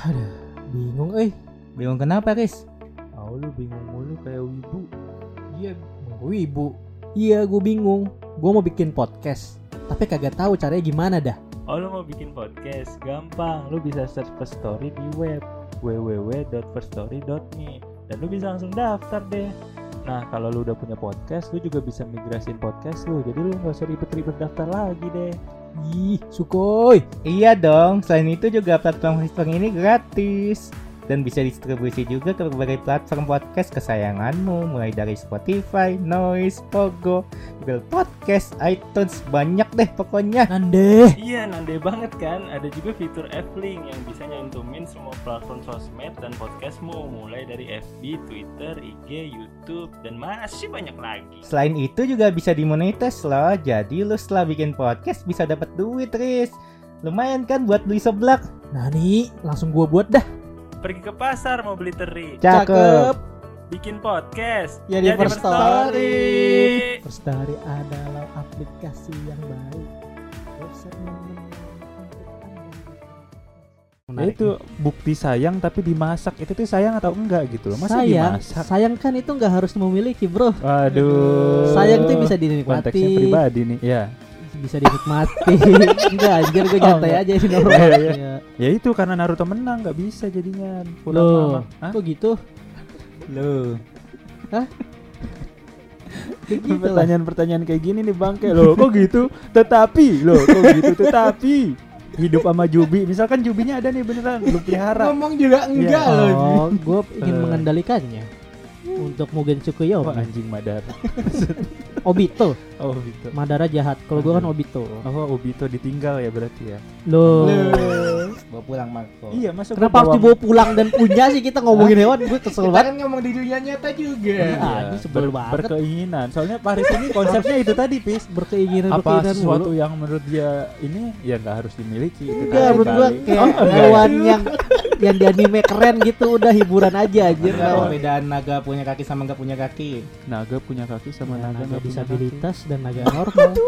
Aduh, bingung Bingung kenapa, Riz? Oh, lu bingung mulu kayak wibu. Iya, gue ibu. Iya, gue bingung. Gue mau bikin podcast, tapi kagak tahu caranya gimana dah. Oh, lu mau bikin podcast? Gampang, lu bisa search First Story di web www.firststory.me dan lu bisa langsung daftar deh. Nah, kalau lu udah punya podcast, lu juga bisa migrasin podcast lu. Jadi lu gak usah ribet-ribet daftar lagi deh. Ih, Sukoy. Iya dong, selain itu juga platform hosting ini gratis dan bisa distribusi juga ke berbagai platform podcast kesayanganmu, mulai dari Spotify, Noise, Pogo, Google Podcast, iTunes, banyak deh pokoknya. Nande. Iya, nande banget kan? Ada juga fitur F-Link yang bisa nyantumin semua platform sosmed dan podcastmu, mulai dari FB, Twitter, IG, YouTube, dan masih banyak lagi. Selain itu juga bisa dimonetize loh, jadi lu setelah bikin podcast bisa dapat duit, Riz. Lumayan kan buat beli seblak. Nah nih, langsung gue buat dah. Pergi ke pasar mau beli teri, Cakep. bikin podcast, Ya di jadi First Story. Story. First Story adalah aplikasi yang baik. Website yang Ya itu bukti sayang tapi dimasak, itu tuh sayang atau enggak gitu loh. Masa sayang, dimasak? sayang kan itu nggak harus memiliki, bro. Waduh. Sayang tuh bisa konteksnya dinikmati, pribadi nih. Ya. bisa dinikmati. Enggak, anjir gue nyantai enggak. aja ini normal. Iya. Ya itu karena Naruto menang nggak bisa jadinya. Pulang Loh, lama. Hah? kok gitu? Lu. Begitu lah. Pertanyaan-pertanyaan kayak gini nih bangke loh. Kok gitu? Tetapi loh, kok gitu? Tetapi hidup sama Jubi, misalkan Jubinya ada nih beneran, lu pelihara. Ngomong juga enggak Ya. loh. Oh, gue ingin mengendalikannya untuk Mugen Tsukuyo. Wah, anjing Madara. Obito, Oh gitu. Madara jahat. Kalau gue kan Obito. Oh, Obito ditinggal ya berarti ya. Loh, Bawa pulang Marco. Iya, masa kenapa harus dibawa pulang dan punya sih kita ngomongin hewan? Gue kesel Kita banget. kan ngomong di dunia nyata juga. Ah, ini sebel banget. berkeinginan. Soalnya Paris ini konsepnya itu tadi, Pis. Berkeinginan Apa berkeinginan sesuatu mulu. yang menurut dia ini ya nggak harus dimiliki. Itu Enggak, tadi menurut gue kali. kayak enggak. hewan yang di anime keren gitu, udah hiburan aja anjir. Ada Kalau perbedaan naga punya kaki sama nggak punya kaki. Naga punya kaki sama naga naga nggak punya disabilitas dan naga normal. kaki.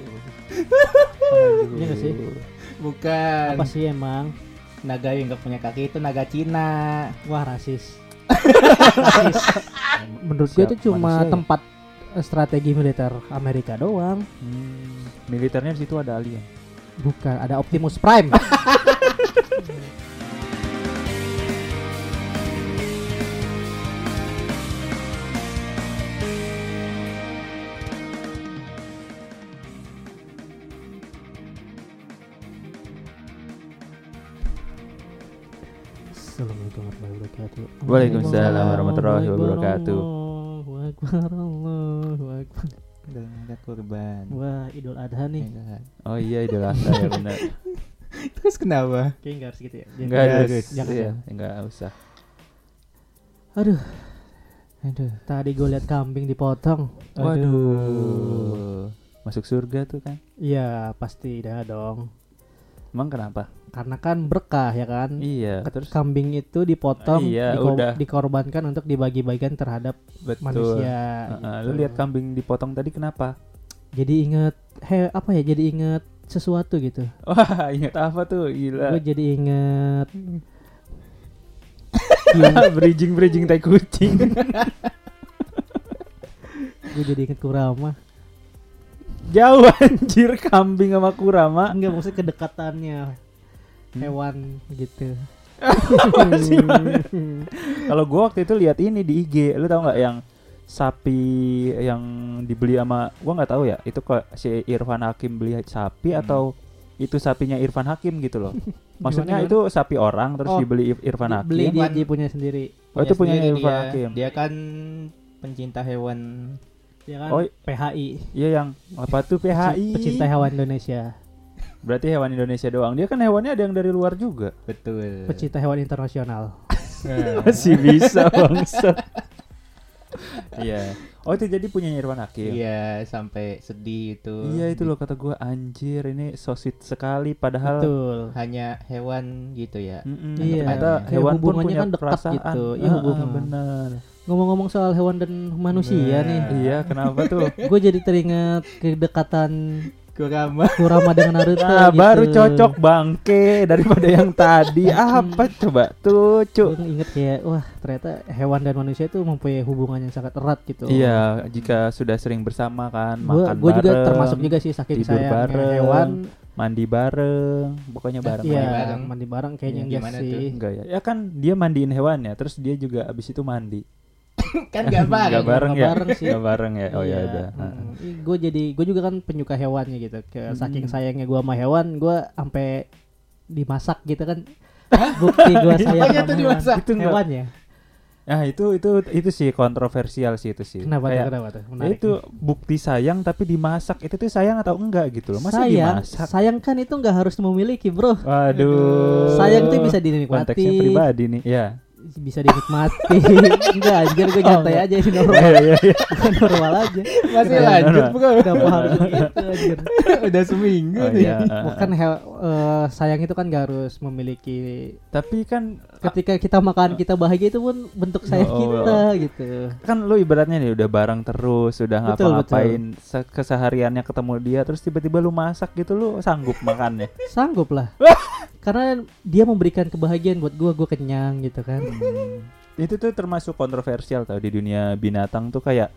Iya nggak sih? Bukan. Apa sih emang? Naga yang nggak punya kaki itu naga Cina. Wah, rasis. Rasis. Menurut gue Siap, itu cuma manusia ya? tempat strategi militer Amerika doang. Militernya di situ ada alien. Bukan, ada Optimus Prime. Assalamualaikum warahmatullahi wabarakatuh. Waalaikumsalam warahmatullahi wabarakatuh. Allahu Akbar, Allahu Akbar. Naga kurban. Wah, Idul Adha nih. Oh iya, Idul Adha ya benar. Terus kenapa? Kayaknya nggak harus gitu ya. Enggak harus. Jangan, Iya, jangan. enggak usah. Aduh, tadi gue liat kambing dipotong. Waduh. Masuk surga tuh kan. Iya, pasti dah dong. Emang kenapa? Karena kan berkah ya kan. Iya, terus Kambing itu dipotong, Iya, udah. dikorbankan untuk dibagi-bagikan terhadap betul. manusia. Lu lihat kambing dipotong tadi kenapa? Jadi inget, jadi inget sesuatu gitu. Wah, ingat apa tuh? Gila. Gue jadi inget bridging tai kucing. gue jadi inget Kurama. Jauh anjir, kambing sama Kurama. Enggak, maksudnya kedekatannya hewan gitu. Masih banget. Kalau gua waktu itu lihat ini di IG, lu tahu nggak yang sapi yang dibeli sama, gua nggak tahu ya, itu kok si Irfan Hakim beli sapi atau itu sapinya Irfan Hakim gitu loh. Maksudnya Gimana? itu sapi orang terus Oh, dibeli Irfan Hakim. Beli Hakim. dia punya sendiri. Oh, itu punya sendiri Irfan dia. Hakim. Dia kan pencinta hewan. Ya kan? Oh, PHI. Iya, yang apa tuh PHI? Pecinta hewan Indonesia. Berarti hewan Indonesia doang. Dia kan hewannya ada yang dari luar juga. Betul. Pecinta hewan internasional. Masih bisa bangsat. Iya. Oh, itu jadi punya Irfan Hakim. Iya, sampai sedih itu. Iya, itu loh kata gua, anjir ini so sweet sekali padahal Betul. Hanya hewan gitu ya. Iya, ternyata kayak hewan pun hubungannya punya kan dekat perasaan. gitu. Iya, hubungan. Benar. Ngomong-ngomong soal hewan dan manusia Nah. nih. Iya, kenapa tuh? Gue jadi teringat kedekatan Kurama dengan Naruto Nah, gitu. baru cocok bangke daripada yang tadi. Apa coba tuh, Cuk? Gue inget kayak wah ternyata hewan dan manusia itu mempunyai hubungan yang sangat erat gitu. Iya, jika sudah sering bersama kan, makan Gue juga bareng, termasuk juga sih saking tidur sayangnya bareng, hewan. mandi bareng, pokoknya bareng. Iya, mandi bareng kayaknya Iya, enggak gimana sih. tuh? Enggak ya? Ya kan dia mandiin hewannya, terus dia juga abis itu mandi. Kan gak bareng. Nggak bareng nggak ya? bareng sih. Nggak bareng ya? Oh ya udah. Gue juga kan penyuka hewannya gitu. Saking sayangnya gue sama hewan, gue sampai dimasak gitu kan. Bukti gue sayang Apanya sama tuh hewan. dimasak? Itu nggak- Hewannya. Nah itu sih kontroversial sih itu sih. Kenapa Kayak, tuh? ya Menarik. itu bukti sayang tapi dimasak itu tuh sayang atau enggak gitu loh. Masa sayang, dimasak? sayang kan itu nggak harus memiliki bro. Waduh. Sayang tuh bisa dinikmati. Konteksnya pribadi nih. Ya. Bisa dinikmati. Enggak anjir gue nyantai aja ini normal. Iya. Normal aja. Masih Keren, lanjut keren. bro. Kenapa harus gitu anjir. Udah seminggu Oh, nih. iya. Bukan sayang itu kan gak harus memiliki. Tapi kan Ketika kita makan kita bahagia itu pun bentuk sayang Oh, kita gitu. kan lu ibaratnya nih udah bareng terus, udah Betul, ngapa-ngapain kesehariannya ketemu dia, terus tiba-tiba lu masak gitu, lu sanggup makannya? Sanggup lah. Karena dia memberikan kebahagiaan buat gue kenyang gitu kan. Itu tuh termasuk kontroversial tau di dunia binatang tuh kayak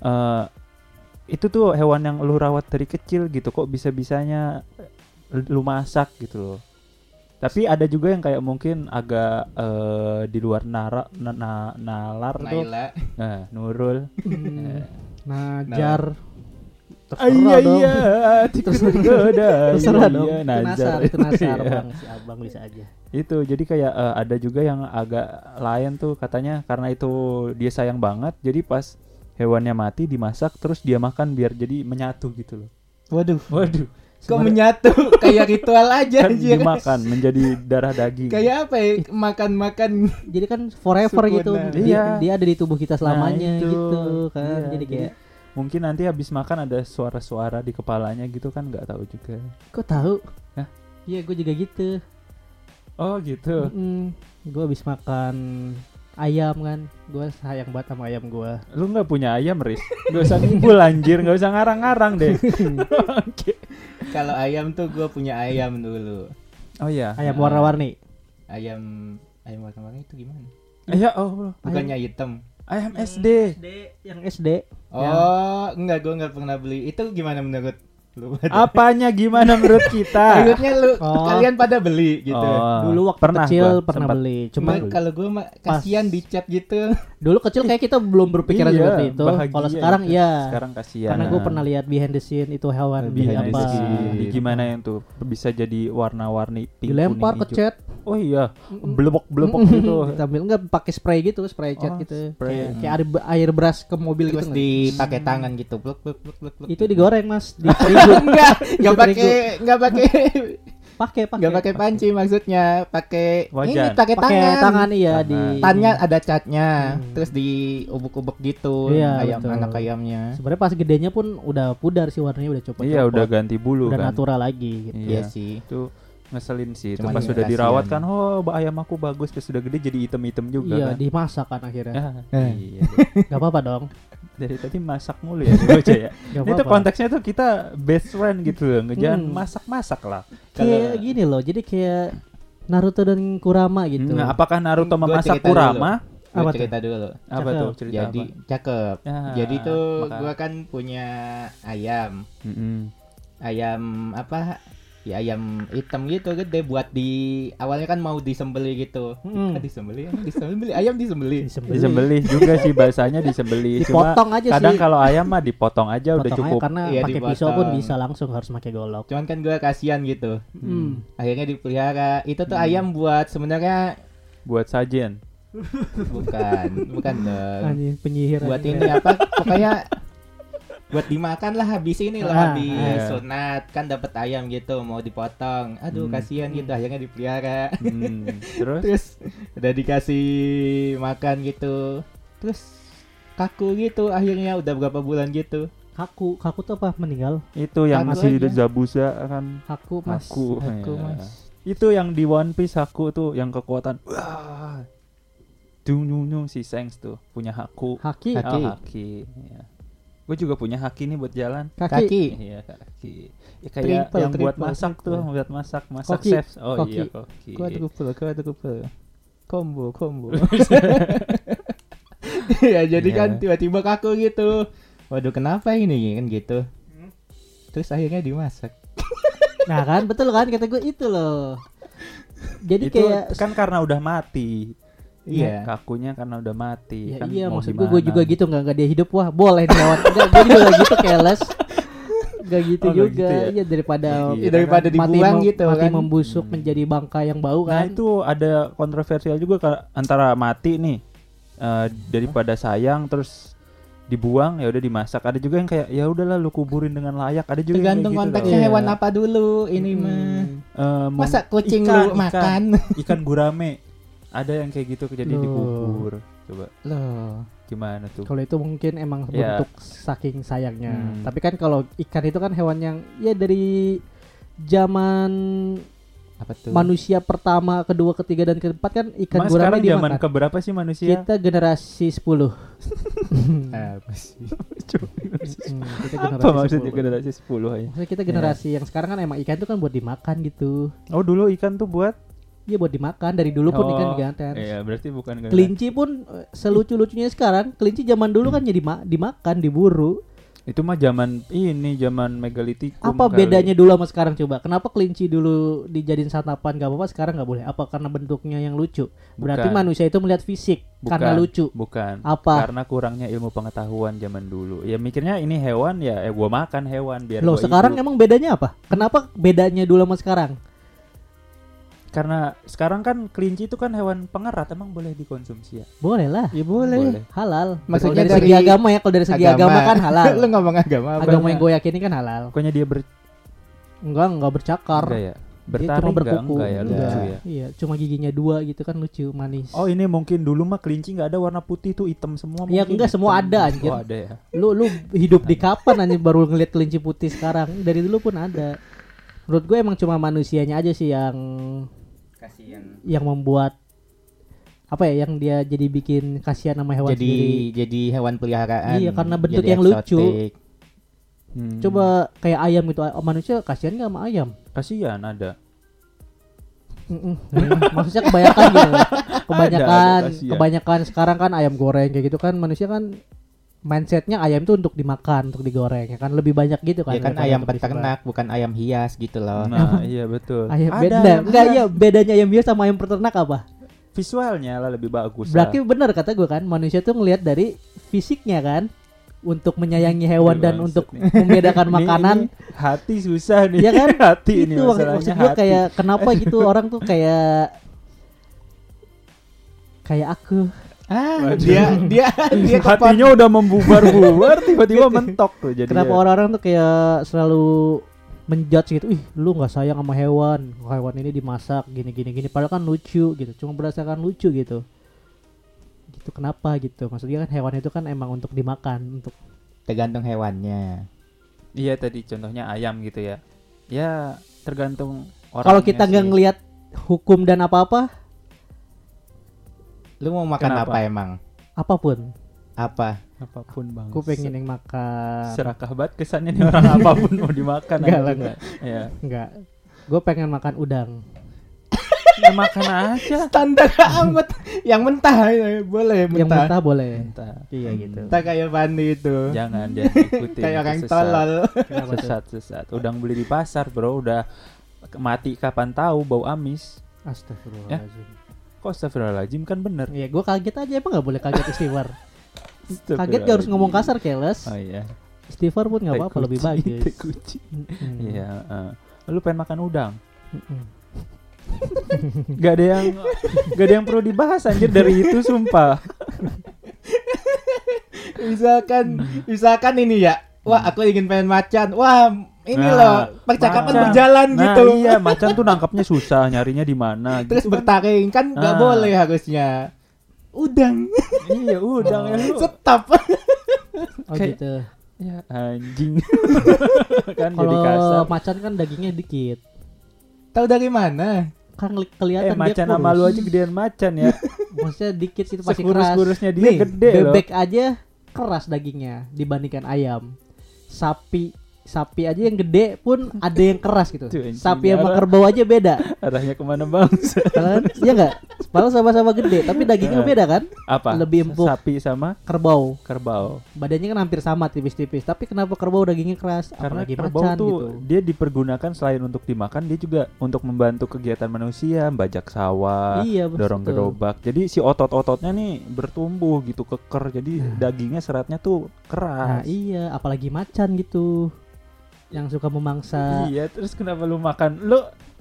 itu tuh hewan yang lu rawat dari kecil gitu, kok bisa-bisanya lu masak gitu loh. Tapi ada juga yang kayak mungkin agak di luar nalar tuh. Naila. Nah, Nurul. Najar. Iya dong. iya, tikus bergoda. Terserah dong. Iya, Itu Nazar. nasar Iya. bang. Si abang bisa aja. Itu jadi kayak ada juga yang agak lain tuh katanya karena itu dia sayang banget, jadi pas hewannya mati dimasak terus dia makan biar jadi menyatu gitu loh. Waduh. Kok Sebenarnya menyatu kayak ritual aja kan anjir. dimakan menjadi darah daging. Kayak apa ya? Makan-makan. Jadi kan forever Sempurna. gitu. Iya. Dia ada di tubuh kita selamanya itu. gitu kan. Iya, jadi kayak mungkin nanti habis makan ada suara-suara di kepalanya gitu kan, nggak tahu juga. kok tahu? Hah? Iya gue juga gitu. Oh gitu. Gue habis makan ayam kan, gue sayang banget sama ayam gue. Lu nggak punya ayam, Riz? Gak usah ngibul anjir, nggak usah ngarang-ngarang deh. Oke. Kalau ayam tuh gue punya ayam dulu. Oh iya. Ayam warna-warni. Ayam warna-warni itu gimana? Ya Allah. Bukannya hitam. Ayam SD. Yang SD. Oh, enggak, gue enggak pernah beli. Itu gimana menurut lu? Apanya gimana menurut kita? Maksudnya lu Oh. kalian pada beli gitu. Oh, Dulu waktu pernah kecil gua pernah sempat. beli. Cuma Cuma kalau gue kasihan dicat gitu. dulu kecil kayak kita belum berpikiran Iya, seperti itu. bahagia Kalau sekarang gitu. iya. Sekarang kasihan. Karena gue pernah lihat behind the scene itu hewan di behind apa. the scene. Di gimana yang tuh bisa jadi warna-warni pink, Dilempar kuning, ke hijau. cat. Oh iya, belepok-belepok gitu. Diambil enggak pakai spray gitu, spray cat Oh, gitu. spray. Kayak air brush ke mobil Terus gitu. dipakai tangan gitu. Pluk pluk pluk pluk pluk. Itu digoreng Mas, di terigu. enggak pakai enggak pakai panci maksudnya, pakai Wajan. ini pakai pakai tangan. tangan iya Tangan. di Tannya ada catnya, terus diubuk-ubuk gitu Iya, ayam betul. anak ayamnya. sebenarnya pas gedenya pun udah pudar sih warnanya udah copot. Iya, udah ganti bulu udah kan. natural lagi gitu. Iya sih. Itu ngeselin sih. Itu Cuman pas ya sudah kasihan. dirawat kan, oh ayam aku bagus, pas sudah gede jadi item-item juga Iya, kan. dimasak kan akhirnya. Iya. Gak apa-apa dong. Dari tadi masak mulu ya bocah ya. Gak Ini tuh apa-apa. konteksnya tuh kita best friend gitu loh. Jangan Hmm. masak-masak lah. Kayak gini loh, jadi kayak Naruto dan Kurama gitu. Nah, apakah Naruto Gua memasak cerita Kurama? Gua Apa tuh? cerita dulu. Apa Cakep. tuh cerita Jadi apa? cakep. Ya, Jadi tuh maka- gua kan punya ayam. Mm-mm. Ayam apa? Ya ayam hitam gitu gede buat di awalnya kan mau disembeli gitu. Disembeli, ayam disembeli. Disembelih juga sih bahasanya disembelih. Cuma Dipotong aja kadang sih. kalau ayam mah dipotong aja udah Potong aja cukup. karena Iya, pakai pisau pun dipotong. bisa langsung harus pakai golok. Cuman kan gua kasihan gitu. Akhirnya dipelihara. Itu tuh Hmm. ayam buat sebenarnya Buat sajian. bukan dong. Anjing penyihir. Buat anjing. ini apa? Pokoknya buat dimakan lah habis ini loh, Ah, habis iya. sunat kan dapat ayam gitu mau dipotong. Aduh kasihan gitu akhirnya dipelihara. Terus Terus udah dikasih makan gitu. Terus kaku gitu akhirnya udah berapa bulan gitu. Kaku tuh apa? Meninggal. itu yang Haku si aja. Zabuza kan. Haku Mas. Haku, Haku, ya. Mas. Itu yang di One Piece Haku tuh yang kekuatan. Wah. Dung si Sengs tuh punya Haku. Haki. Haki. Oh, Haki. Ya. Gue juga punya haki nih buat jalan. Kaki. Iya kaki. Ya kayak Triple, yang buat triple, masak triple. tuh, buat masak Koki. chef. Oh Koki. iya koki. Quadruple. Combo. Ya jadi Iya. kan tiba-tiba kaku gitu. Waduh kenapa ini kan gitu. Terus akhirnya dimasak. Nah kan betul kan kata gue itu loh. Jadi Itu kayak kan karena udah mati. Iya. Kakunya karena udah mati. ya Kan iya mau maksud gimana? gue juga gitu nggak dia hidup wah boleh nih lewat enggak gue juga gitu keles nggak gitu Oh, nggak juga gitu ya? iya daripada Iya, daripada dibuang gitu mati kan. membusuk menjadi bangka yang bau Nah kan. itu ada kontroversial juga antara mati nih daripada sayang terus dibuang ya udah dimasak. Ada juga yang kayak ya udahlah lu kuburin dengan layak. Ada juga Tergantung yang kayak konteksnya Iya. hewan apa dulu ini mah. Masa kucing lu makan? ikan gurame. Ada yang kayak gitu jadi Loh. dikubur. Coba Loh. gimana tuh? Kalau itu mungkin emang Ya. bentuk saking sayangnya. Hmm. Tapi kan kalau ikan itu kan hewan yang ya dari zaman Apa tuh? manusia pertama, kedua, ketiga dan keempat kan ikan Mas gurame sekarang zaman dimakan. keberapa sih manusia? Kita generasi 10. Apa sih? Kita Apa generasi maksudnya 10. generasi 10 aja? Maksudnya kita generasi yang sekarang kan emang ikan itu kan buat dimakan gitu. Oh dulu ikan tuh buat Iya buat dimakan dari dulu pun ikan Oh, diganten. iya berarti bukan generasi. Kelinci pun selucu-lucunya sekarang, kelinci zaman dulu kan jadi dimakan, diburu. Itu mah zaman megalitikum. Apa kali. bedanya dulu sama sekarang coba? Kenapa kelinci dulu dijadiin santapan gak apa-apa, sekarang nggak boleh? Apa karena bentuknya yang lucu? Berarti Bukan. manusia itu melihat fisik karena lucu. Bukan. Apa? Karena kurangnya ilmu pengetahuan zaman dulu. Ya mikirnya ini hewan ya, gua makan hewan biar Loh gua sekarang hidup. emang bedanya apa? Kenapa bedanya dulu sama sekarang? Karena sekarang kan kelinci itu kan hewan pengerat, emang boleh dikonsumsi ya? Boleh lah, Ya boleh. halal. Maksudnya Kalau dari segi dari agama ya, kalau dari segi agama kan halal. Lu ngomong agama apa? Agama yang gue yakini kan halal. Pokoknya dia Enggak bercakar. enggak ya? Dia Bertaring cuma berkuku. enggak ya, lucu Enggak. ya. Iya, cuma giginya 2 gitu kan lucu, manis. Oh ini mungkin dulu mah kelinci nggak ada warna putih tuh, hitam semua. Iya, mungkin. enggak, semua Hitam. ada, anjir. Oh ada ya. Lu hidup di kapan anjir baru ngeliat kelinci putih sekarang? Dari dulu pun ada. Menurut gue emang cuma manusianya aja sih Kasihan. yang membuat apa ya, yang dia jadi bikin kasihan sama hewan sendiri. Jadi hewan peliharaan. Iya, karena bentuk Jadi yang lucu. eksotik. Coba kayak ayam gitu, manusia kasihan nggak sama ayam? Kasihan ada. Maksudnya kebanyakan gitu. Kebanyakan kasihan. kebanyakan sekarang kan ayam goreng kayak gitu kan, manusia kan mindsetnya ayam tuh untuk dimakan, untuk digoreng ya kan, lebih banyak gitu kan. Ya kan daripada ayam untuk disebar. peternak bukan ayam hias gitu loh. Nah iya betul. Ayam Ada beda. ayam Enggak, hias. iya bedanya ayam biasa sama ayam peternak apa? Visualnya lah lebih bagus. Berarti benar kata gue kan, manusia tuh ngelihat dari fisiknya kan, untuk menyayangi hewan dan Bangsat untuk nih. membedakan makanan. Ini hati susah nih. Ya kan? Hati ini Itu masalahnya maksud gue hati. kayak kenapa gitu orang tuh kayak aku. Ah, dia Hatinya udah membubar-bubar tiba-tiba mentok tuh jadi. Kenapa orang-orang tuh kayak selalu menjudge gitu, ih lu nggak sayang sama hewan ini dimasak gini padahal kan lucu gitu, cuma berdasarkan lucu gitu kenapa gitu, maksudnya kan hewan itu kan emang untuk dimakan, untuk tergantung hewannya. Iya tadi contohnya ayam gitu ya. Ya tergantung orang. kalau kita nggak ngelihat hukum dan apa-apa Lu mau makan Kenapa? apa emang? apapun, apapun bang. aku pengen yang makan Serakah banget kesannya nih orang apapun mau dimakan. Enggak aja. lah, enggak. Ya. enggak, gue pengen makan udang. Ya makan aja. Standar amat. Yang mentah ya, boleh mentah. Yang mentah boleh. Entah. Iya gitu. Entah kayak Fandi itu. Jangan ikutin. Kayak itu orang sesat. tolol. Kenapa tuh? Sesat. Udang beli di pasar bro, udah mati kapan tahu, bau amis. Astagfirullahaladzim. Kok astagfirullahaladzim kan bener. Iya, gue kaget aja, emang nggak boleh kaget istighfar. Kaget gak harus ngomong kasar, keles. Oh iya. Istighfar pun nggak apa-apa, lebih bagus. Teh kucing. Iya. Lu pengen makan udang? Gak ada yang perlu dibahas anjir dari itu sumpah. Misalkan ini ya. Wah, aku ingin pengen macan. Wah, ini Nah, loh percakapan macan. berjalan Nah, gitu. iya, macan tuh nangkapnya susah, nyarinya di mana. Terus gitu kan. bertaring kan nggak Ah. boleh harusnya. Udang. Iya, udang ya lu. Stop. Oh Kayak- gitu. Ya anjing. Kan jadi kasar. Kalau macan kan dagingnya dikit. Tahu dari mana? Kan kelihatan dia Macan kurus. sama lu aja gedean macan ya. Maksudnya dikit sih, itu pasti keras. Sekurus-kurusnya dia Nih, gede loh. Bebek aja keras dagingnya dibandingkan ayam. Sapi aja yang gede pun ada yang keras gitu. Tuh, anjing, Sapi sama kerbau aja beda. Arahnya kemana bang? Kalian iya enggak? Padahal sama-sama gede, tapi dagingnya beda kan? Apa? Lebih empuk. Sapi sama Kerbau. Badannya kan hampir sama, tipis-tipis. Tapi kenapa kerbau dagingnya keras? Karena Apalagi kerbau macan tuh gitu. dia dipergunakan selain untuk dimakan, dia juga untuk membantu kegiatan manusia, bajak sawah, Iya, betul. dorong gerobak. Jadi si otot-ototnya nih bertumbuh gitu, keker. Jadi dagingnya seratnya tuh Nah, keras. iya, apalagi macan gitu. Yang suka memangsa. Iya, terus kenapa lu makan? Lu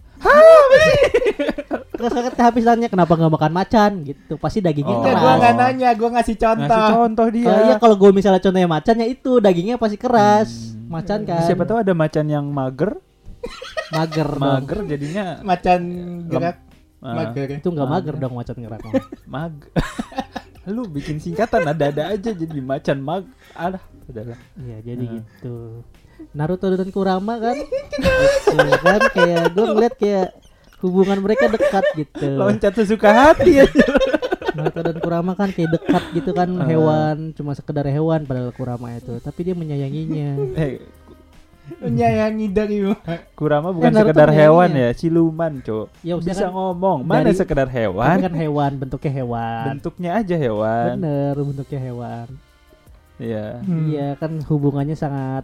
Terus habisannya kenapa nggak makan macan gitu? Pasti dagingnya Oh. Enggak, keras. gua nggak nanya, gua ngasih contoh. ngasih contoh dia. Iya, kalau gue misalnya contohnya macan ya itu dagingnya pasti keras. Macan kan. Siapa tahu ada macan yang mager, mager dong. mager jadinya Macan gerak Ah. mager. Itu nggak mager dong macan gerak. mager. Lu bikin singkatan ada-ada aja jadi macan alah, udahlah. Iya, jadi gitu. Naruto dan Kurama kan. Gitu kan kayak gue ngeliat kayak hubungan mereka dekat gitu. Loncat sesuka hati aja. Naruto dan Kurama kan kayak dekat gitu kan, hewan, cuma sekedar hewan padahal Kurama itu, tapi dia menyayanginya. Menyayangi dari Kurama bukan Naruto sekedar hewan menyayanginya. ya, siluman, Cok. Ya udah Bisa kan, ngomong, mana dari- sekedar tapi hewan? kan hewan, bentuknya hewan. Bentuknya aja hewan. Bener, bentuknya hewan. Iya. Iya kan hubungannya sangat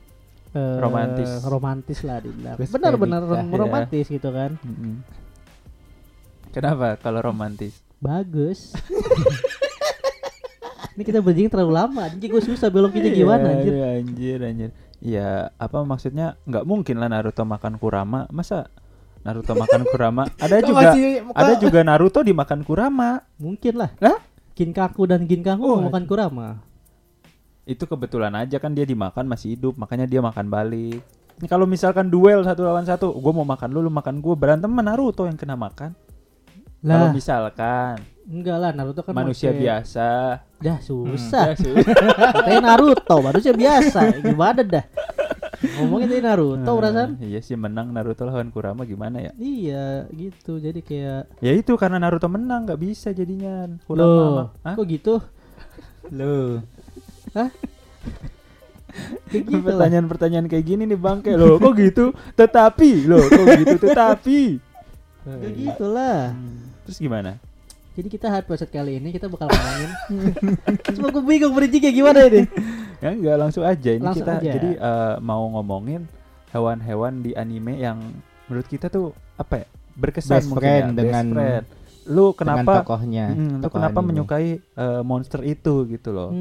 Romantis lah dibilang. Terus Benar-benar kayak nikah, romantis gitu kan. Mm-mm. Kenapa kalau romantis? Bagus. Ini kita bridging terlalu lama. Anjing gue susah beloknya gimana anjir. Iya, anjir. Iya, apa maksudnya? Nggak mungkin lah Naruto makan Kurama. Masa Naruto makan Kurama? Ada juga Naruto dimakan Kurama. Mungkin lah. Hah? Kinkaku dan Ginkaku Oh, makan Kurama. Itu kebetulan aja kan dia dimakan masih hidup, makanya dia makan balik. Ini kalau misalkan duel 1 lawan 1, gue mau makan lu makan gue, berantem sama Naruto yang kena makan. Kalau Lah, misalkan enggak lah Naruto kan manusia pakai- biasa. Dah susah. Ya, sudah. Katanya Naruto manusia biasa. Gimana dah? Ngomongin tadi Naruto perasaan. Iya sih, menang Naruto lawan Kurama gimana ya? Iya gitu. Jadi kayak Ya itu karena Naruto menang nggak bisa jadinya loh, Kurama. Hah? kok gitu? Lu. Kayak gitu lah. Pertanyaan-pertanyaan kayak gini nih bangke loh. Kok gitu? Tetapi loh, kok gitu tetapi. Kayak gitulah. Terus gimana? Jadi kita hard episode kali ini kita bakal ngomongin. Cuma gue bingung bridgingnya gimana ini. Ya enggak, langsung aja ini Langsung kita aja. jadi mau ngomongin hewan-hewan di anime yang menurut kita tuh apa ya? Berkesan Best mungkin friend ya, dengan- best friend. Lu Dengan kenapa tokohnya. lu tokoh kenapa anime. menyukai monster itu gitu loh.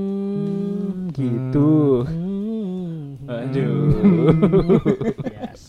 Gitu. Aduh. Yes.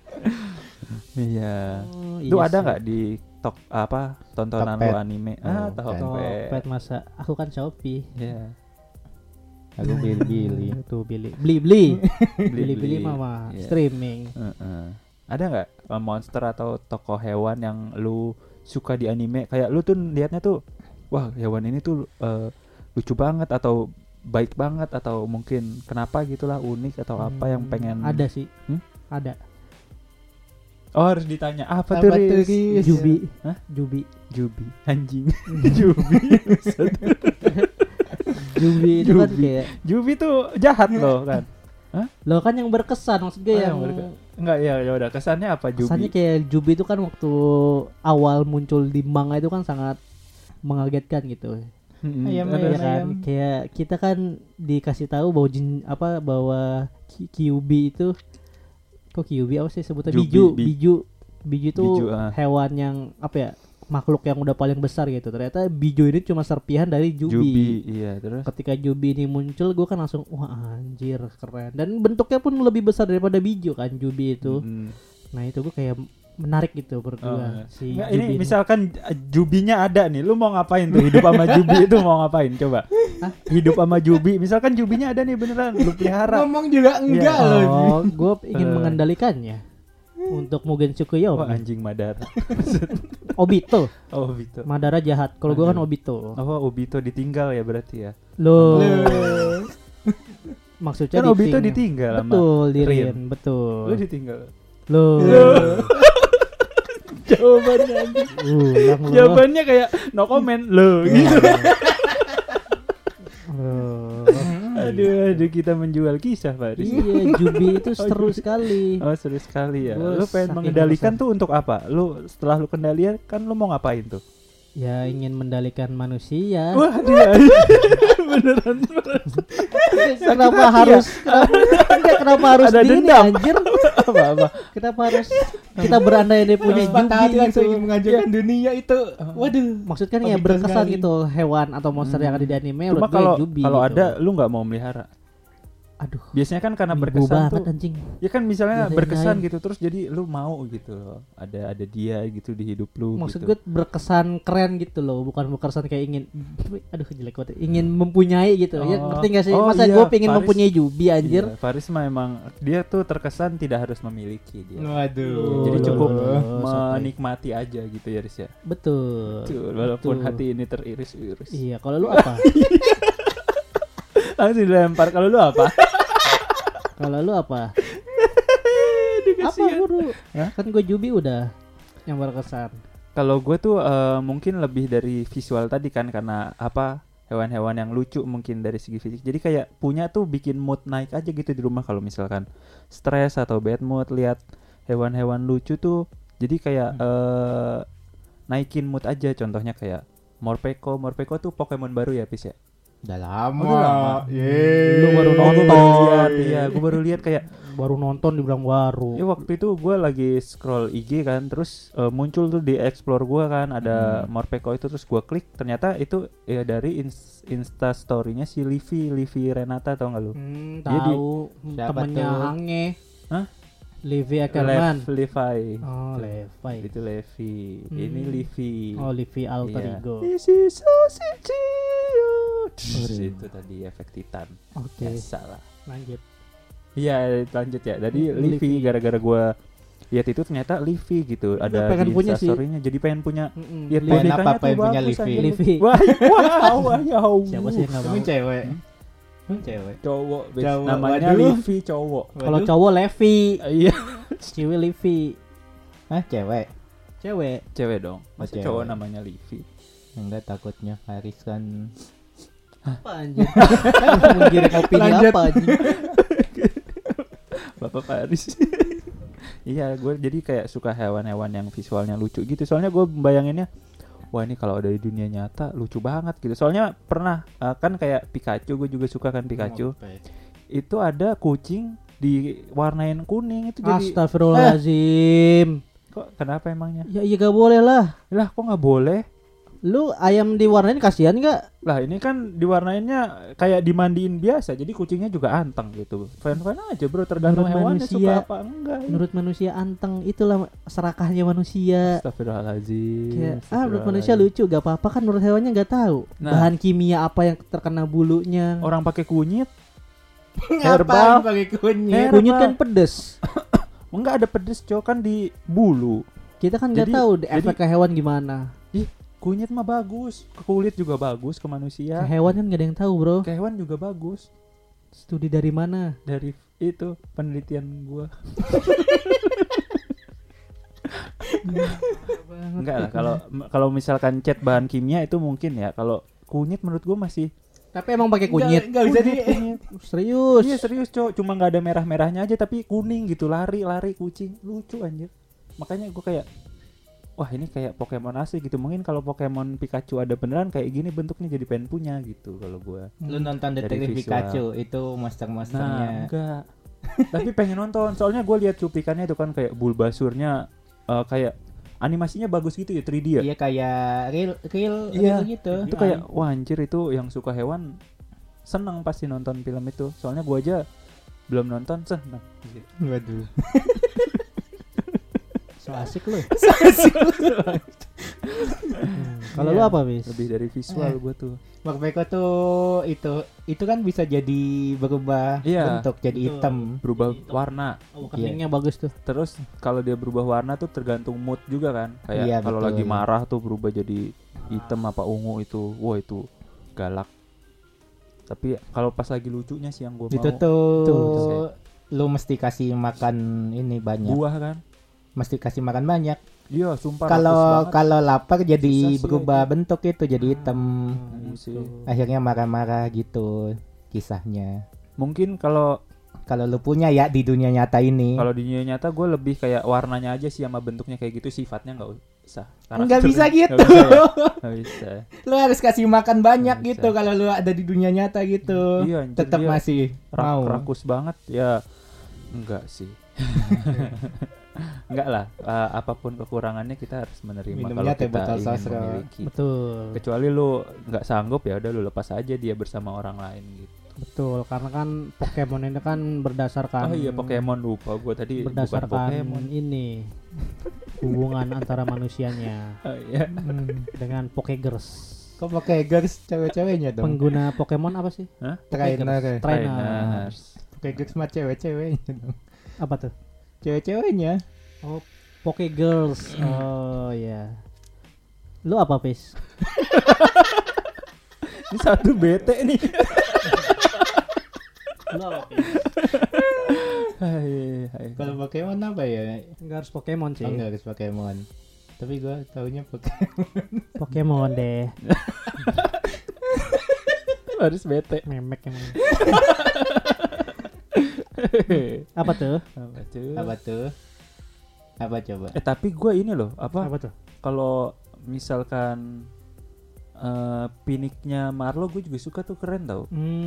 Iya. Oh, Itu iya ada sih. nggak di tontonan Tokped. lu anime? Oh, Topet masa aku kan Shopee. Iya. Aku Billy. Tuh beli Beli-beli. mama Iya. streaming. Heeh. Ada nggak monster atau tokoh hewan yang lu suka di anime? Kayak lu tuh liatnya tuh, wah hewan ini tuh lucu banget atau baik banget atau mungkin kenapa gitulah, unik atau apa yang pengen? Ada sih. Hmm? Ada. Oh, harus ditanya apa, Apa tuh tuh, Riz? Riz? Jubi. Hah? Jubi. Jubi anjing. Jubi. Jubi itu kan Jubi. kayak Jubi tuh jahat loh kan. lo kan yang berkesan maksud gue yang Enggak ya udah kesannya apa Jubi? kesannya kayak Jubi itu kan waktu awal muncul di manga itu kan sangat mengagetkan gitu. Ayam, Iya ayam. kan kayak kita kan dikasih tahu bahwa bahwa Kyuubi itu kok Kyuubi apa sih sebutnya Jubi, biju itu Biju, hewan yang apa ya, makhluk yang udah paling besar gitu. Ternyata biju ini cuma serpihan dari Jubi, iya terus. Ketika Jubi ini muncul gue kan langsung wah anjir keren, dan bentuknya pun lebih besar daripada biju kan Jubi itu. Nah itu gue kayak menarik gitu berdua si Nggak, Jubi ini misalkan Jubinya ada nih, lu mau ngapain tuh hidup sama Jubi itu mau ngapain coba? Hidup sama Jubi, misalkan Jubinya ada nih beneran, lu pelihara. Ngomong juga enggak Iya. loh. Oh, gue ingin mengendalikannya untuk Mugen Tsukuyomi. Wah anjing Madara. Obito, Oh Obito. Madara jahat. Kalau gue kan Aduh. Obito. Oh Obito ditinggal ya berarti ya. Loh, Loh. maksudnya Kan Obito ditinggal sama Betul, Rin. Dirin, betul. Lu ditinggal. Loh. Jawabannya anjing. Ulang lu. Jawabannya kayak no comment lo gitu. Loh. Aduh, kita menjual kisah, Faris. Iya, Jubi itu seru sekali. Oh, seru sekali ya. Gua Lu pengen saking mengendalikan penasaran. tuh untuk apa? Lu setelah lu kendalikan kan lu mau ngapain tuh? Ya ingin mendalikan manusia. Wah, dia beneran. Kenapa harus kenapa harus Ada di ini, dendam. anjir? Apa-apa? Kenapa harus kita berandai-andai punya Terus patah hati Jubi langsung gitu? ingin menghancurkan dunia itu. Waduh. Maksudnya kan ya Pemikiran berkesan sekali. gitu hewan atau monster yang ada di anime. Cuma menurut gue kalau Jubi kalau gitu. ada lu nggak mau melihara. Aduh, Biasanya kan karena wibu berkesan banget tuh. anjing. Ya kan misalnya Biasanya berkesan lain. gitu terus jadi lu mau gitu loh. Ada dia gitu di hidup lu Maksud gitu. gue berkesan keren gitu loh, bukan berkesan kayak ingin, aduh jelek banget, ingin mempunyai gitu. Ya Oh. ngerti gak sih? Oh, Masa iya, gue pengen Faris. mempunyai Jubi anjir? Iya, Faris mah emang dia tuh terkesan tidak harus memiliki dia. Waduh. Jadi Oh, cukup loh, menikmati aja gitu ya, Riz ya. Betul. Betul, walaupun Betul. hati ini teriris-iris. Iya, kalau lu apa? Langsung dilempar. Kalau lu apa? Kalau lu apa? Apa guru? Hah? Kan gue Jubi udah yang berkesan. Kalau gue tuh mungkin lebih dari visual tadi kan karena apa hewan-hewan yang lucu mungkin dari segi fisik. Jadi kayak punya tuh bikin mood naik aja gitu di rumah kalau misalkan stres atau bad mood lihat hewan-hewan lucu tuh. Jadi kayak naikin mood aja. Contohnya kayak Morpeko. Morpeko tuh Pokemon baru ya, Pis ya. Udah lama. Udah lama. Yeay. Lu baru Gue nonton. baru lihat, iya, gue baru lihat kayak Baru nonton dibilang baru. ya waktu itu gue lagi scroll IG kan, terus muncul tuh di explore gue kan ada Morpeko itu terus gue klik ternyata itu ya dari Insta story-nya si Livi Renata tau nggak lu? Dia di- Tahu Siapa temennya tuh? Hange. Hah? Levi Ackerman. Levi. Oh, Levi. Itu Levi. Hmm. Ini Livi. Oh, Levi alter Iya. ego. This is so Terus itu tadi efek Titan. Oke, Ya, salah. lanjut. Iya lanjut ya. Jadi Livi Livi. gara-gara gue lihat itu ternyata Livi gitu ada pengen di punya sih. Instastory-nya. Jadi pengen punya. Mm-mm. Lihat Livi. Pengen bonekanya apa, tuh pengen punya bagus Livi? aja. Livi. Wah, wow. Siapa sih yang nggak mau? Emang cewek. Emang cewek. Cowok, Bes. Cowok, Namanya waduh. Livi cowok. Kalau Waduh. cowok Levi, Iya, cewek Livi. Hah, cewek. Cewek. cewek dong. Masa cewek. cowok namanya Livi? Enggak, takutnya Faris kan. Apa anjir? Menggiring opini Lanjut. apa anjir? Bapak Faris. Iya, gue jadi kayak suka hewan-hewan yang visualnya lucu gitu. Soalnya gue bayanginnya, wah ini kalau ada di dunia nyata lucu banget gitu. Soalnya pernah kan kayak Pikachu, gue juga suka kan Pikachu. Itu ada kucing diwarnain kuning itu jadi. Astagfirullahaladzim. Kok kenapa emangnya? Ya iya gak boleh lah. Lah kok nggak boleh? Lu ayam diwarnain kasihan gak? Lah ini kan diwarnainnya kayak dimandiin biasa, jadi kucingnya juga anteng gitu. Fan-fan aja bro, tergantung Menurut hewannya manusia- suka apa enggak. Menurut manusia anteng, itulah serakahnya manusia. Astagfirullahaladzim. Kayak, menurut manusia lucu gak apa-apa kan, menurut hewannya gak tahu. Nah. Bahan kimia apa yang terkena bulunya. Orang pakai kunyit, Ngapain pakai kunyit? Kunyit kan pedes. enggak ada pedes cowok kan di bulu. Kita kan gak Jadi- tahu jadi- efek ke hewan gimana. Ih, kunyit mah bagus, ke kulit juga bagus, ke manusia. Ke hewan kan gak ada yang tahu bro. Ke hewan juga bagus. Studi dari mana? Dari itu penelitian gua. Enggak lah, kalau misalkan cat bahan kimia itu mungkin ya. Kalau kunyit menurut gua masih Tapi emang pakai kunyit. Enggak bisa di. kunyit. Serius. Iya serius cowok, cuma nggak ada merah-merahnya aja tapi kuning gitu, lari kucing, lucu anjir. Makanya gue kayak, wah ini kayak Pokemon asli gitu. Mungkin kalau Pokemon Pikachu ada beneran kayak gini bentuknya jadi pengen punya gitu kalau gue. Lu nonton Dari Detektif visual. Pikachu itu Nah monster-monsternya. enggak, tapi pengen nonton. Soalnya gue lihat cuplikannya itu kan kayak Bulbasaurnya kayak animasinya bagus gitu ya 3D ya. Iya kayak real Iya. gitu. Itu kayak wah anjir itu yang suka hewan seneng pasti nonton film itu. Soalnya gue aja belum nonton seneng. Waduh. So asik lu. Kalau lu Iya, apa bis? Lebih dari visual gue tuh. Morpeko tuh itu kan bisa jadi berubah Iya, bentuk jadi betul. hitam. Berubah warna. Awakeningnya bagus tuh. Terus kalau dia berubah warna tuh tergantung mood juga kan. Kayak Iya, kalau betul. lagi marah tuh berubah jadi hitam apa ungu itu. Wah itu galak. Tapi kalau pas lagi lucunya sih yang gue Itu mau tuh lu mesti kasih makan ini banyak. buah kan. Mesti kasih makan banyak. Iya sumpah. Kalau rakus banget. kalau lapar Susah jadi sih berubah itu. bentuk itu jadi hitam. Iya sih. Akhirnya marah-marah gitu. kisahnya. Mungkin kalau Kalau lu punya ya di dunia nyata ini. kalau di dunia nyata gue lebih kayak warnanya aja sih sama bentuknya kayak gitu, sifatnya nggak usah. Nggak bisa gitu. Nggak bisa, ya? Nggak bisa. Lu harus kasih makan banyak Nggak gitu bisa. kalau lu ada di dunia nyata gitu. Iya, anjir, Tetap dia masih mau. Rakus banget ya. Enggak sih. Enggak lah, apapun kekurangannya kita harus menerima Minumnya kalau teh kita botol ingin sosro. memiliki. Betul. Kecuali lu nggak sanggup ya udah lu lepas aja dia bersama orang lain gitu. Betul, karena kan Pokemon ini kan berdasarkan Oh iya, Pokemon, lupa gue tadi bukan berdasarkan Pokemon. ini hubungan antara manusianya Oh iya. dengan Pokegers. Kok pakai girls cewek-ceweknya dong? Pengguna Pokemon apa sih? Hah? Trainer. Trainer. Pakai girls mah cewek-ceweknya dong. Apa tuh? Cewek-ceweknya. Oh, Pokegirls. Oh iya. Lu apa, Pis? Ini satu bete nih. Lu apa, Pis? Hai. Kalau Pokemon apa ya? Enggak harus Pokemon sih. Oh, enggak harus Pokemon. Tapi gua taunya Pokemon. Pokemon deh. Harus bete. Memek emang. Apa tuh? Apa tuh? Apa tuh? Apa coba? Tapi gue ini loh, apa tuh? kalau misalkan Phoenix-nya Marlo gue juga suka tuh, keren tau.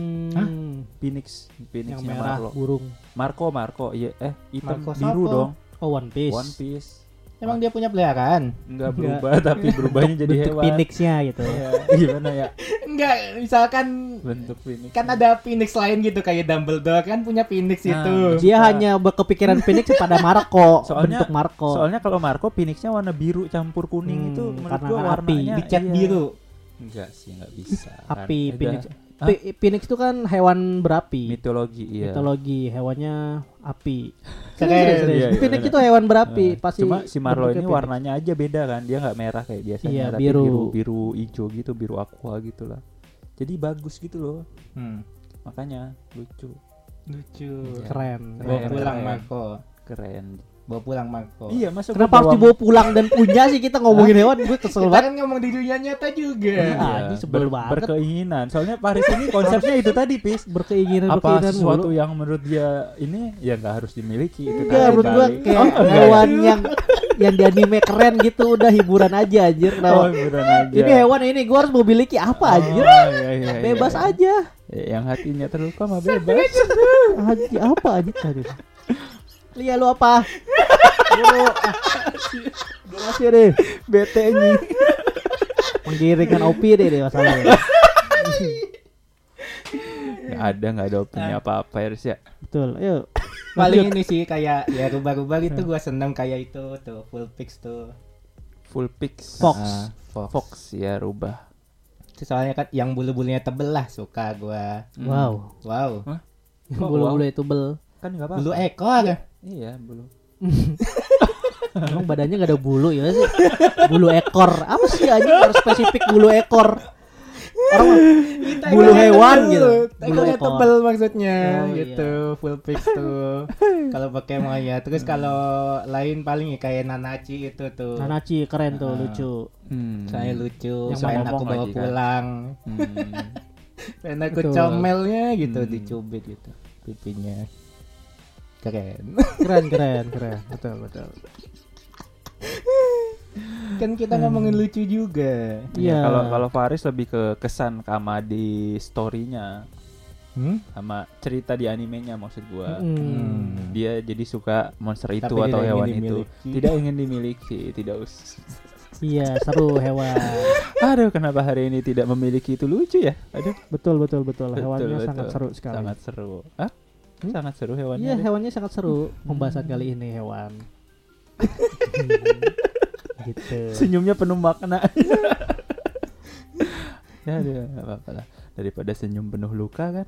Yang Phoenix-nya merah Marlo. burung. Marco, iya, hitam Marco biru siapa? dong. Oh, One Piece. One Piece. Emang dia punya peliharaan? Enggak berubah tapi berubahnya jadi Bentuk hewan. Phoenix-nya gitu. Iya, gimana ya? Enggak, misalkan Bentuk Phoenix. kan ada Phoenix lain gitu kayak Dumbledore kan punya Phoenix Nah, itu. Dia hanya berkepikiran Phoenix pada Marco, Soalnya- bentuk Marco. Soalnya kalau Marco Phoenix-nya warna biru campur kuning itu menurut karena gua api. warnanya Dicat iya. biru. Enggak sih, enggak bisa. Api Kan Phoenix. ada- Hah? Phoenix itu kan hewan berapi. mitologi, iya. Mitologi, hewannya api. Keren. Serius. Iya, iya, Phoenix bener. itu hewan berapi, pasti. Cuma si Marlo bentuknya ini Phoenix. warnanya aja beda kan, dia nggak merah kayak biasanya, Iya, tapi biru. biru hijau gitu, biru aqua gitu lah. Jadi bagus gitu loh, makanya lucu, Lucu. Iya. Keren. Bawa Keren, pulang keren. Marco. keren. Bawa pulang Marco. Iya, masa Kenapa harus dibawa pulang dan punya sih kita ngomongin hewan? Gue kesel Kita banget. kan ngomong di dunia nyata juga. Ah, ini sebel banget. berkeinginan. Soalnya Paris ini konsepnya itu tadi, Pis. Berkeinginan Apa berkeinginan sesuatu mulu. yang menurut dia ini ya nggak harus dimiliki itu Enggak, tadi menurut gua balik. kayak enggak ya? hewan yang di anime keren gitu, udah hiburan aja anjir. Kenapa? Oh, beneran aja. Ini hewan ini gua harus memiliki apa anjir? Iya, Bebas iya. aja. Yang hatinya terluka mah bebas. Anjir, apa anjir tadi? Lia lu apa? Guru. Durasi deh. Bete nih. Menggiringkan OP deh masalahnya. Nggak ada opini apa-apa ya. Betul. Yuk. Paling ini sih kayak ya rubah-rubah gitu gua seneng kayak itu tuh full fix tuh. Full pix. Fox. Fox ya rubah. Itu soalnya kan yang bulu-bulunya tebel lah suka gua. Wow. Wow. Kok Bulu-bulu itu bel. Kan nggak apa-apa. Bulu ekor. Iya, bulu. Emang badannya gak ada bulu ya sih? Bulu ekor. Apa sih anjing harus spesifik bulu ekor? Orang bulu hewan gitu. Bulu Ekornya ekor. tebel maksudnya Oh, gitu. Full fix tuh. Kalau pakai Maya. Terus kalau lain paling ya kayak Nanachi itu tuh. Nanachi keren tuh, lucu. Saya lucu. Yang Pengen ngomong aku bawa lagi kan. pulang. Pengen aku Betul. comel gitu dicubit gitu pipinya. Keren. Keren. Betul. Kan kita ngomongin lucu juga. Iya, Iya. kalau Faris lebih ke kesan sama di story-nya, sama cerita di animenya maksud gua. Dia jadi suka monster itu Tapi atau tidak hewan ingin itu. dimiliki. Tidak ingin dimiliki, tidak Iya, seru hewan. Aduh, kenapa hari ini tidak memiliki itu lucu ya? Aduh, Betul. Hewannya betul. sangat seru sekali. Sangat seru. Hah? Sangat seru hewannya. Iya, deh. hewannya sangat seru. Pembahasan kali ini hewan. Gitu. Senyumnya penuh makna. Ya, nggak apa-apa lah. Daripada senyum penuh luka kan.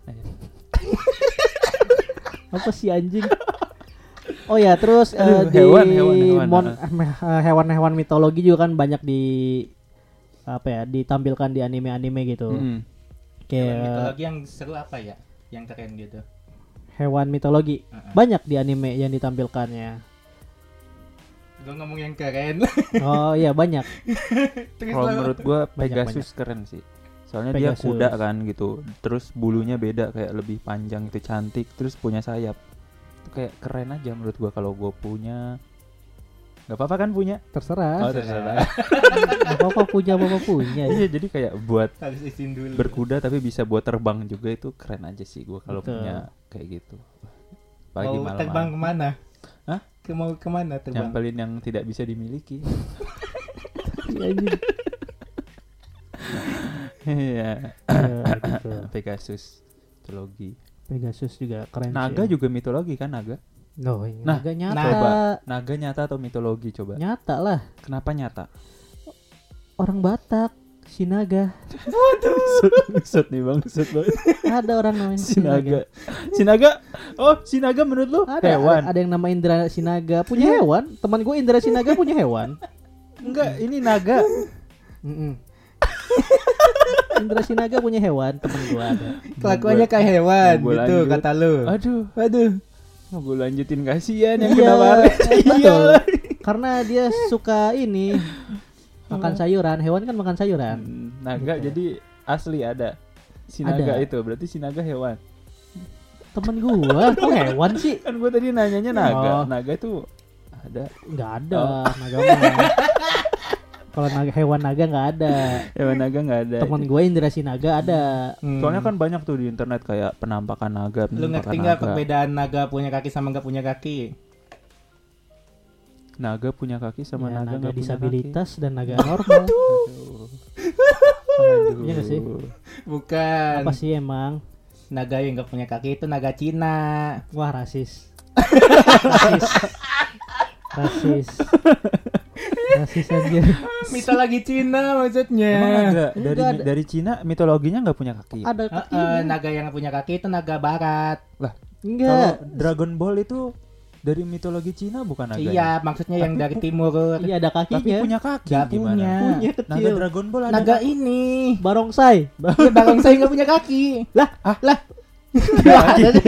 Apa sih anjing? Oh ya, terus Aduh, di hewan. hewan-hewan mitologi juga kan banyak ditampilkan di anime-anime gitu. Mm-mm. Hewan Kayak mitologi yang seru apa ya? Yang keren gitu. hewan mitologi banyak di anime yang ditampilkannya. Gue ngomong yang keren. Oh iya banyak. Terus Kalau lo- menurut gua Banyak, Pegasus keren sih. Soalnya dia Pegasus. kuda kan gitu. Terus bulunya beda, kayak lebih panjang itu, cantik, terus punya sayap. Itu kayak keren aja menurut gua kalau gua punya. Gak apa-apa kan punya? Terserah. Oh, terserah. Bapak punya. Iya, jadi kayak buat Harus izin dulu. berkuda tapi bisa buat terbang juga, itu keren aja sih gua kalau Betul. punya kayak gitu. Pagi Mau malam. terbang kemana? Hah? Mau kemana terbang? Nyamperin yang tidak bisa dimiliki. Iya. Gitu. Pegasus mitologi. Pegasus juga keren Naga sih. juga mitologi kan, naga? Loh, Nah, naga nyata. Coba, naga nyata atau mitologi coba? Nyata lah. Kenapa nyata? Orang Batak, si naga. Maksud nih bang, maksud banget. Ada orang namanya Si naga. Si naga? Oh, si naga menurut lu Ada, hewan? ada yang nama Indra Sinaga punya hewan. Teman gue Indra Sinaga punya hewan. Enggak, ini naga. Mm-mm. Indra Sinaga punya hewan, temen gue ada. Kelakuannya kayak hewan mau gua gitu lanjut. kata lu. Aduh, mau gue lanjutin, kasihan yang Iya, kena walet. betul. Karena dia suka ini makan sayuran. Hewan kan makan sayuran. Naga Gitu. jadi asli ada. Si naga Ada. itu berarti si naga hewan. Temen gua kok hewan sih? Kan gue tadi nanyanya naga. Oh. Naga itu ada. Nggak ada naga mah. Kalau hewan naga nggak ada. Hewan naga nggak ada. Temen gue Indra Sinaga ada. Soalnya kan banyak tuh di internet kayak penampakan naga. Lu penampakan ngerti nggak naga. perbedaan naga punya kaki sama nggak punya kaki? Naga punya kaki sama Ya, naga naga nggak punya disabilitas dan naga normal. kaki. Aduh. Iya nggak sih? Bukan. Apa sih emang? Naga yang nggak punya kaki itu naga Cina. Wah, rasis. Rasis. Rasis anjir. Mitologi Cina maksudnya. Emang naga Enggak ada. dari Cina mitologinya nggak punya kaki. Ada kakinya. Naga yang nggak punya kaki itu naga barat. Kalau Enggak. Dragon Ball itu dari mitologi Cina bukan naga? Iya, maksudnya yang dari timur. Iya ada Tapi kakinya. punya kaki Nggak gimana? punya. Punya Naga kecil. Dragon Ball ada Naga kaki. ini. Barongsai. Iya, barongsai nggak punya kaki. Lah, Lah, nggak ada sih.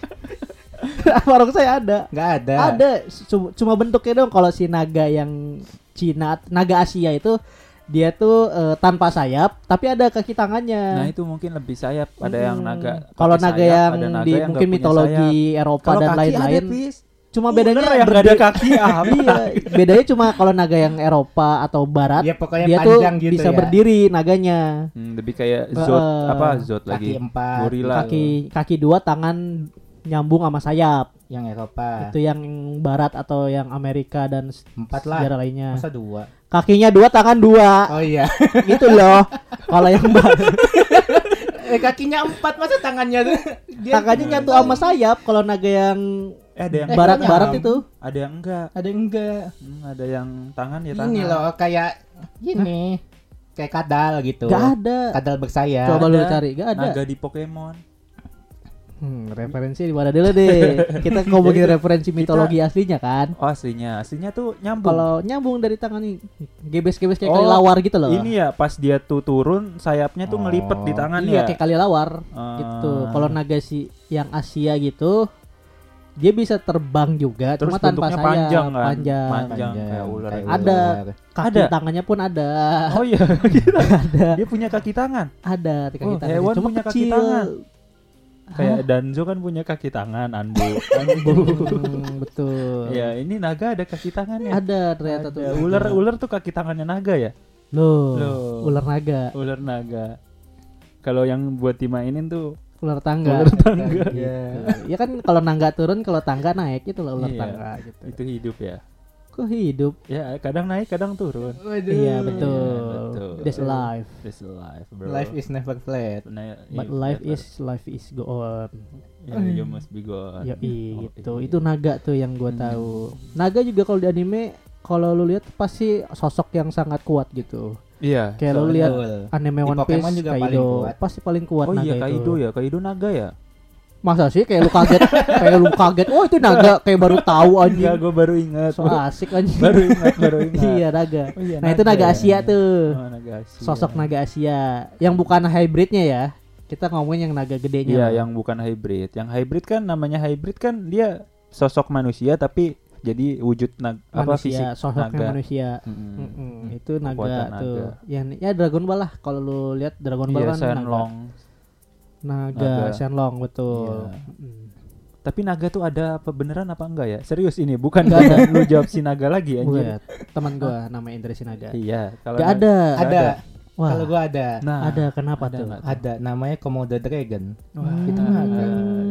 Barongsai ada. nggak ada. Ada. Cuma bentuknya dong. Kalau si naga yang Cina, naga Asia itu dia tuh tanpa sayap, tapi ada kaki tangannya. Nah itu mungkin lebih sayap. Ada yang naga. Kalau pakai naga sayap, yang ada naga di yang mungkin nggak punya mitologi Eropa sayap. Kalau dan kaki lain-lain. ada, Pis. Cuma bedanya Ular yang nggak ada kaki apa? Iya, bedanya cuma kalau naga yang Eropa atau Barat, Ya pokoknya dia tuh panjang gitu bisa ya. berdiri naganya. Lebih kayak Zod Zod Kaki lagi. 4. Gorila. Kaki dua, tangan nyambung sama sayap. Yang Eropa. Itu yang Barat atau yang Amerika dan 4 lah. sejarah lainnya. Masa 2? Kakinya 2, tangan 2. Oh iya. Gitu loh. Kalau yang Barat, Kakinya 4, masa tangannya tuh? tangannya nyatu sama sayap. Kalau naga yang Ada yang Barat-barat nyam. itu ada yang enggak. Ada yang enggak. Ada yang tangan ya tangan. Ini loh kayak gini. Kayak kadal gitu. gak ada. Kadal bersayap. Coba lu Ada. cari, gak ada. Naga di Pokemon. Referensi di mana dulu deh. Kita ngomongin referensi mitologi aslinya kan. Oh aslinya tuh nyambung. Kalau nyambung dari tangan nih, gebes-gebes kayak Oh, kali lawar gitu loh. Ini ya pas dia tuh turun sayapnya tuh Oh. ngelipet di tangan Iya ya. kayak kali lawar Ah. gitu. Kalau naga yang Asia gitu, dia bisa terbang juga, Terus cuma tanpa bentuknya sayap, panjang kan? panjang. Panjang kayak ular. kayak Ada. ular. Kaki Ada. tangannya pun ada. Oh iya, Ada. dia punya kaki tangan. Ada kaki Oh, tangannya, hewan cuma punya kaki kecil. tangan. Kayak Danzo kan punya kaki tangan, Anbu. Betul. Ya, ini naga ada kaki tangannya. Ada ternyata tuh. Ada. Ular tuh kaki tangannya naga ya? Loh, Loh. ular naga, Ular naga. Kalau yang buat dimainin tuh ular tangga. ular tangga. Gitu. Ya kan kalau naga turun, kalau tangga naik itu lah ular Iya, tangga gitu. Itu hidup ya. Kok hidup? Ya, kadang naik, kadang turun. Waduh. Iya betul. Iya, betul. That's life. This life, bro. Life is never flat. But life is go on. You must be gone. Ya Oh, itu. iya. Itu naga tuh yang gua tahu. Naga juga kalau di anime, kalau lu lihat pasti sosok yang sangat kuat gitu. Iya. Kayak lu soalnya- lihat Betul. anime Di One Pokemon Piece, juga paling Kaido kuat. pasti paling kuat Oh naga iya, itu. Kaido ya. Kaido naga ya? Masa sih kayak lu kaget, kayak lu kaget. Oh itu naga, kayak baru tahu Enggak, anjing. gue baru ingat. So asik anjing. baru ingat. Iya naga. Oh iya, Nah itu naga ya. Asia tuh. Oh, naga Asia. Sosok naga Asia yang bukan hybridnya ya. Kita ngomongin yang naga gedenya. Iya, loh. yang bukan hybrid. Yang hybrid kan namanya hybrid kan dia sosok manusia tapi Jadi wujud fisik manusia, sosoknya naga. manusia. Itu naga Kekuatan tuh. naga. Yang ya Dragon Ball lah. Kalau lu lihat Dragon Ball Iya, kan Shenlong. naga, Shenlong betul. Iya. Tapi naga tuh ada apa beneran apa enggak ya? Serius ini bukan gak lu jawab si naga lagi anjir. Buat teman gua namanya Indra Sinaga. Iya, kalau Gak ada. Ada. Wah, Kalau gua ada. Nah, ada kenapa ada tuh? nggak? Ada namanya Komodo Dragon. Wah, Itu naga.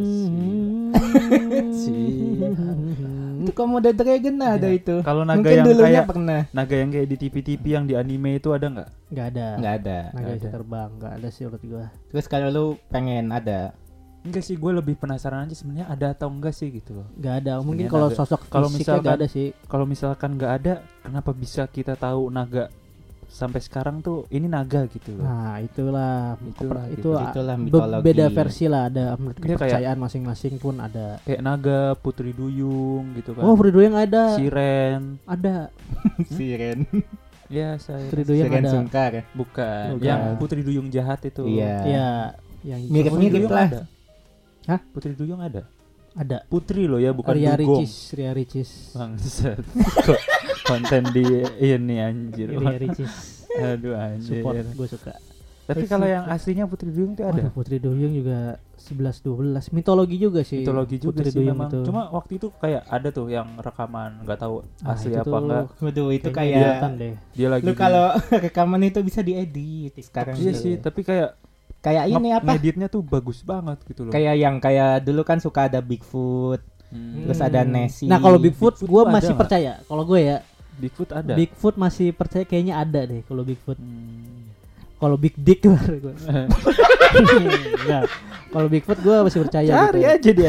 Itu Komodo Dragon ada Iya. itu. Kalau naga Mungkin yang dulunya kayak pernah. naga yang kayak di TV-TV yang di anime itu ada nggak? Gak ada. Nggak ada. Naga nggak bisa ada. terbang, gak ada sih menurut gua. Terus kalau lu pengen ada, Enggak sih, gue lebih penasaran aja sebenarnya ada atau enggak sih gitu loh. Gak ada. Mungkin Sebenarnya kalau naga. sosok Kalau fisiknya misalkan- gak ada sih. Kalau misalkan nggak ada, kenapa bisa kita tahu naga sampai sekarang tuh ini naga gitu loh? Nah, itulah Itulah itu gitu. itulah be- mitologi. beda versi lah, ada menurut Dia kayak- kepercayaan masing-masing pun ada. Kayak naga, putri duyung gitu kan. Oh, Putri Duyung ada. Siren. Ada. Siren. Ya, saya Putri Duyung Siren ada. Sungkar. bukan. Bukan. Yang putri duyung jahat itu. Iya. Iya, yang Mirip-mirip Putri Duyung lah. ada. Hah? Putri duyung ada. ada. Putri loh ya, bukan Ria dugong. Ricis. Bangsat. Konten di ini anjir. Ria Ricis. Aduh anjir. Support, gue suka. Tapi kalau yang aslinya Putri Duyung itu ada. Waduh, Putri Duyung juga 11-12 mitologi juga sih. Mitologi juga Putri sih Duyung memang. itu. Cuma waktu itu kayak ada tuh yang rekaman, nggak tahu Ah, asli itu apa tuh enggak. Waduh, itu kayaknya kayak kelihatan deh. Dia lagi lu kalau rekaman itu bisa diedit sekarang. Iya tuh. sih, tapi kayak Kayak ini apa? ngeditnya tuh bagus banget gitu loh. Kayak yang kayak dulu kan suka ada Bigfoot, terus ada Nessie. Nah, kalau Bigfoot Bigfoot gue tuh ada masih nggak? percaya. Kalau gue ya, Bigfoot ada. Bigfoot masih percaya, kayaknya ada deh kalau Bigfoot. Hmm. Kalau Big Dick baru gue. Enggak. Kalau Bigfoot gue masih percaya Cari gitu. aja di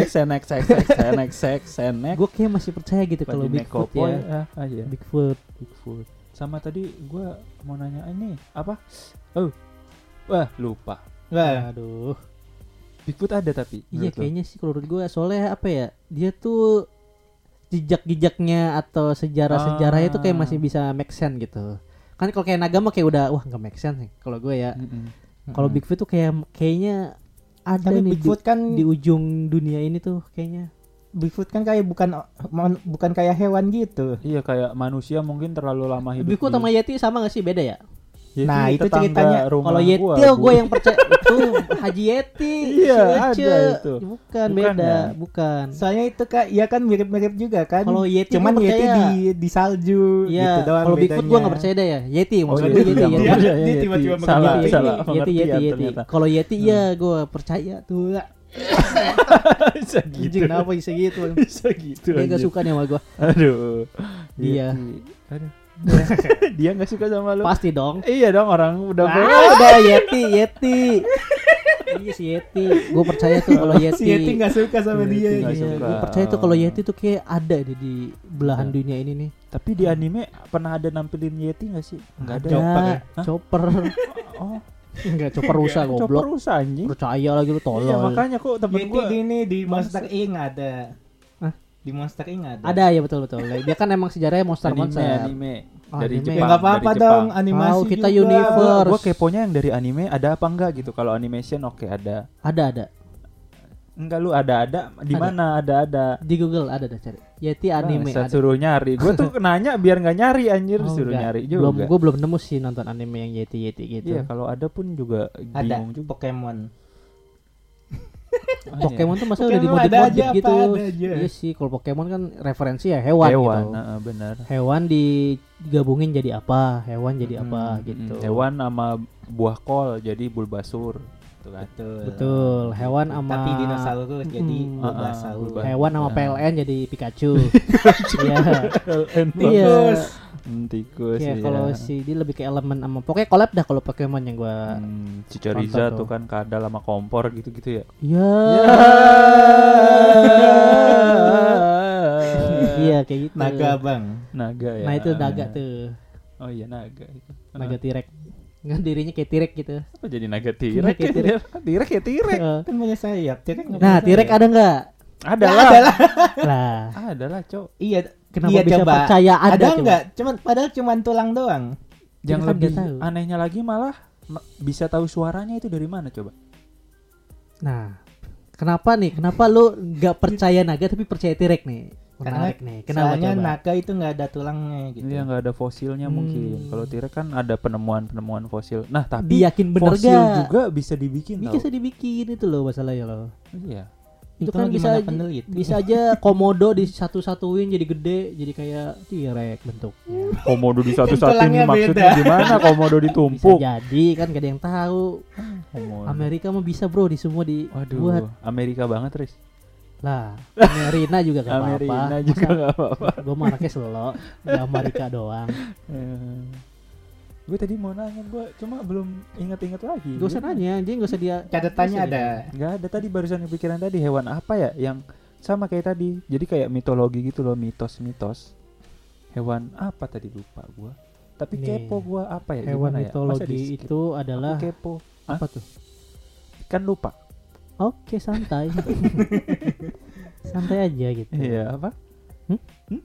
XNX. Gue kayak masih percaya gitu kalau Lagi Bigfoot Nekopoy, ya. iya. Bigfoot. Bigfoot. Sama tadi gua mau nanya ini apa? Wah, lupa. Wah, Aduh. Bigfoot ada tapi. Iya menurut lo? kayaknya sih kalau menurut gue, soalnya apa ya, dia tuh jejak-jejaknya atau sejarah-sejarahnya itu kayak masih bisa make sense gitu. Kan kalau kayak naga mah kayak udah wah nggak make sense nih kalau gue ya. Kalau Bigfoot tuh kayaknya ada tapi nih Bigfoot kan di ujung dunia ini tuh kayaknya. Bigfoot kan kayak bukan kayak hewan gitu. Iya, kayak manusia mungkin terlalu lama hidup. Bigfoot sama Yeti sama gak sih, beda ya? Yeti Nah, itu tetangga ceritanya. rumah Kalau Yeti gua, Bu. gue yang percaya itu Haji Yeti. Iya, si ada Ece. itu. Bukan, Bukan beda, ya? bukan. Soalnya itu Kak, ya kan mirip-mirip juga kan. Kalau Yeti cuman gua Yeti percaya. di salju Iya, gitu doang kalau Bigfoot gue bedanya. nggak percaya deh ya. Yeti Oh, maksud iya, gue iya, Yeti. iya, Yeti. iya, Dia Yeti. tiba-tiba salah, mengerti. salah Yeti, pengertian Yeti. ternyata. Kalau Yeti ya gue percaya tuh. Bisa Anjing gitu. kenapa bisa gitu? Bisa gitu. Dia gak anjir. suka nih sama gue. Aduh. Iya. Yeti. Aduh. Dia nggak suka sama lu. Pasti dong. Iya dong, orang udah Udah Yeti. Iya si Yeti. Gue percaya tuh kalau Yeti. Si Yeti nggak suka sama Yeti dia. nggak Iya, suka. gue percaya tuh kalau Yeti tuh kayak ada di belahan Ada. dunia ini nih. Tapi di anime pernah ada nampilin Yeti nggak sih? Nggak ada. Chopper ya? Hah? Chopper. Oh, Enggak, chopper rusa Chopper goblok. rusa anjing. Percaya lagi lu Iya, tolol. makanya kok temen Yeti gua di ini di Monster Inc ada. Hah? Di Monster Inc ada. Ada ya, betul. Dia kan emang sejarahnya monster anime, monster. anime Oh, dari anime. Ya Jepang. nggak apa-apa dari dong, Jepang. animasi Tahu, kita juga. universe. Gua keponya yang dari anime ada apa enggak gitu. Kalau animation oke ada. Ada. Enggak, lu ada di Ada. mana ada. Di Google ada dah cari. Yeti anime Bangsat, ada. suruh nyari. Gua tuh nanya biar nggak nyari anjir, Oh, suruh enggak. nyari Belum, juga. gue belum nemu sih nonton anime yang Yeti gitu. Iya, kalau ada pun juga Ada bingung juga. Pokemon. Ah, Pokemon tuh masa udah Pokemon dimodif ada aja, gitu. apa ada aja. Iya sih, kalau Pokemon kan referensi ya hewan, hewan, gitu. benar. Hewan digabungin jadi apa? Hewan jadi apa gitu. Hewan sama buah kol jadi Bulbasaur gitu kan. Betul, hewan sama Tapi dinosaurus jadi Bulbasaur. Bulbasaur. hewan sama Ya. PLN jadi Pikachu. Iya. Iya. Tikus. Ya iya. kalau si dia lebih ke elemen sama pokoknya collab dah kalau Pokemon yang gua. Cicoriza Nonton tuh kan kadal sama kompor gitu-gitu ya. Ya. Iya kayak gitu. Naga bang. Naga ya. Nah itu naga tuh. Oh iya naga itu. Naga T-Rex. Nggak, dirinya kayak T-Rex gitu. Apa jadi naga T-Rex? Kayak T-Rex. T-Rex ya T-Rex. Kan punya sayap. T-Rex nggak Nah punya T-Rex sayap. ada nggak? Ada Nggak lah. ada lah. Lah Ada lah, Cok. Iya. kenapa Iya, bisa coba. percaya ada coba? nggak? Padahal cuman tulang doang. Yang Kita kan lebih nggak tahu. anehnya lagi malah bisa tahu suaranya itu dari mana coba? Nah kenapa nih? Kenapa lu nggak percaya naga tapi percaya T-Rex nih? Menarik nih. Kenapa Soalnya coba? naga itu nggak ada tulangnya gitu. Iya nggak ada fosilnya mungkin. Kalau T-Rex kan ada penemuan fosil. Nah tapi Diyakin bener fosil gak? juga bisa dibikin tau. Bisa dibikin itu loh masalahnya loh. Iya. Itu kan bisa aja komodo disatu-satuin jadi gede, jadi kayak T-Rex bentuknya. Komodo di satu-satuin Tulangnya maksudnya beda. gimana komodo Bisa ditumpuk? jadi kan gak ada yang tahu. Komodo. Amerika mah bisa bro di semua dibuat. Waduh, Amerika banget Riz. Lah, Amerina juga gak apa-apa. Amerina juga nggak apa-apa. Gue mah anaknya selo, di Amerika doang. Gue tadi mau nanya, gue cuma belum ingat-ingat lagi. Gak usah nanya anjing, gak usah dia. Catatannya gak usah ada. Nggak ada tadi barusan kepikiran tadi hewan apa ya yang sama kayak tadi. Jadi kayak mitologi gitu loh, mitos-mitos. Hewan apa tadi lupa gue. Tapi Nih, kepo gue apa ya? Hewan gimana ya? Masa mitologi di-skip? itu adalah Aku kepo. apa tuh? Kan lupa. Oke, santai. Santai aja gitu. Iya apa? Hmm?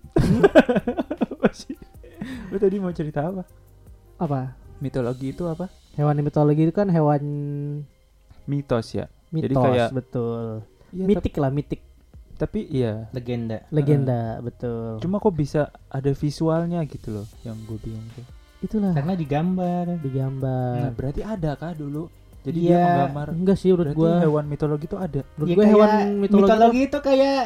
Apa sih? Lu tadi mau cerita apa? Apa? Mitologi itu apa? Hewan mitologi itu kan hewan Mitos ya. mitos, Jadi kayak betul. iya, Mitik lah, mitik. tapi iya. Legenda. Legenda, betul. Cuma kok bisa ada visualnya gitu loh yang gue bingung tuh. Itulah Karena digambar. Nah, digambar. berarti ada kah dulu? Jadi Iya. dia menggambar. Enggak sih menurut Berarti gua. hewan mitologi itu ada. Menurut Ya, gua kayak hewan mitologi, itu kayak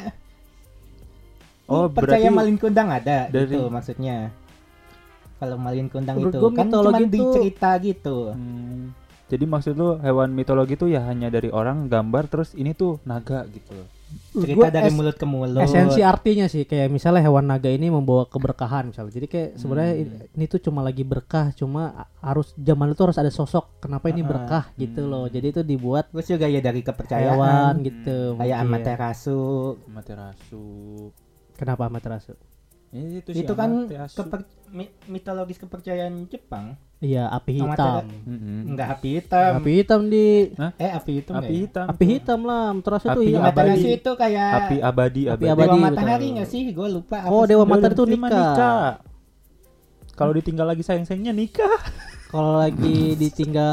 Oh, percaya berarti malin kundang ada dari- gitu maksudnya. Kalau malin kundang Menurut itu gua kan mitologi cuma itu- dicerita gitu. Jadi maksud lu hewan mitologi itu ya hanya dari orang gambar terus ini tuh naga gitu loh. menurut Cerita gua dari mulut ke mulut. esensi artinya sih kayak misalnya hewan naga ini membawa keberkahan misalnya. Jadi kayak sebenarnya ini tuh cuma lagi berkah, cuma harus zaman itu harus ada sosok. Kenapa ini berkah gitu loh. Jadi itu dibuat Terus juga ya dari kepercayaan. hewan gitu. Kayak mungkin. Amaterasu. Amaterasu. Kenapa Amaterasu? Itu Itu kan Amaterasu. mitologis kepercayaan Jepang. Iya, api Amaterasu. hitam. Enggak api hitam. Api hitam di Api hitam. Api hitam. api hitam lah. Amaterasu tuh Api iya, Amaterasu abadi. itu kayak Api abadi. Api Dewa abadi, Matahari betul. nggak sih? Gue lupa. apa Oh, sih? Dewa Matahari itu Cuma nikah. Kalau ditinggal lagi sayang-sayangnya nikah. Kalau lagi ditinggal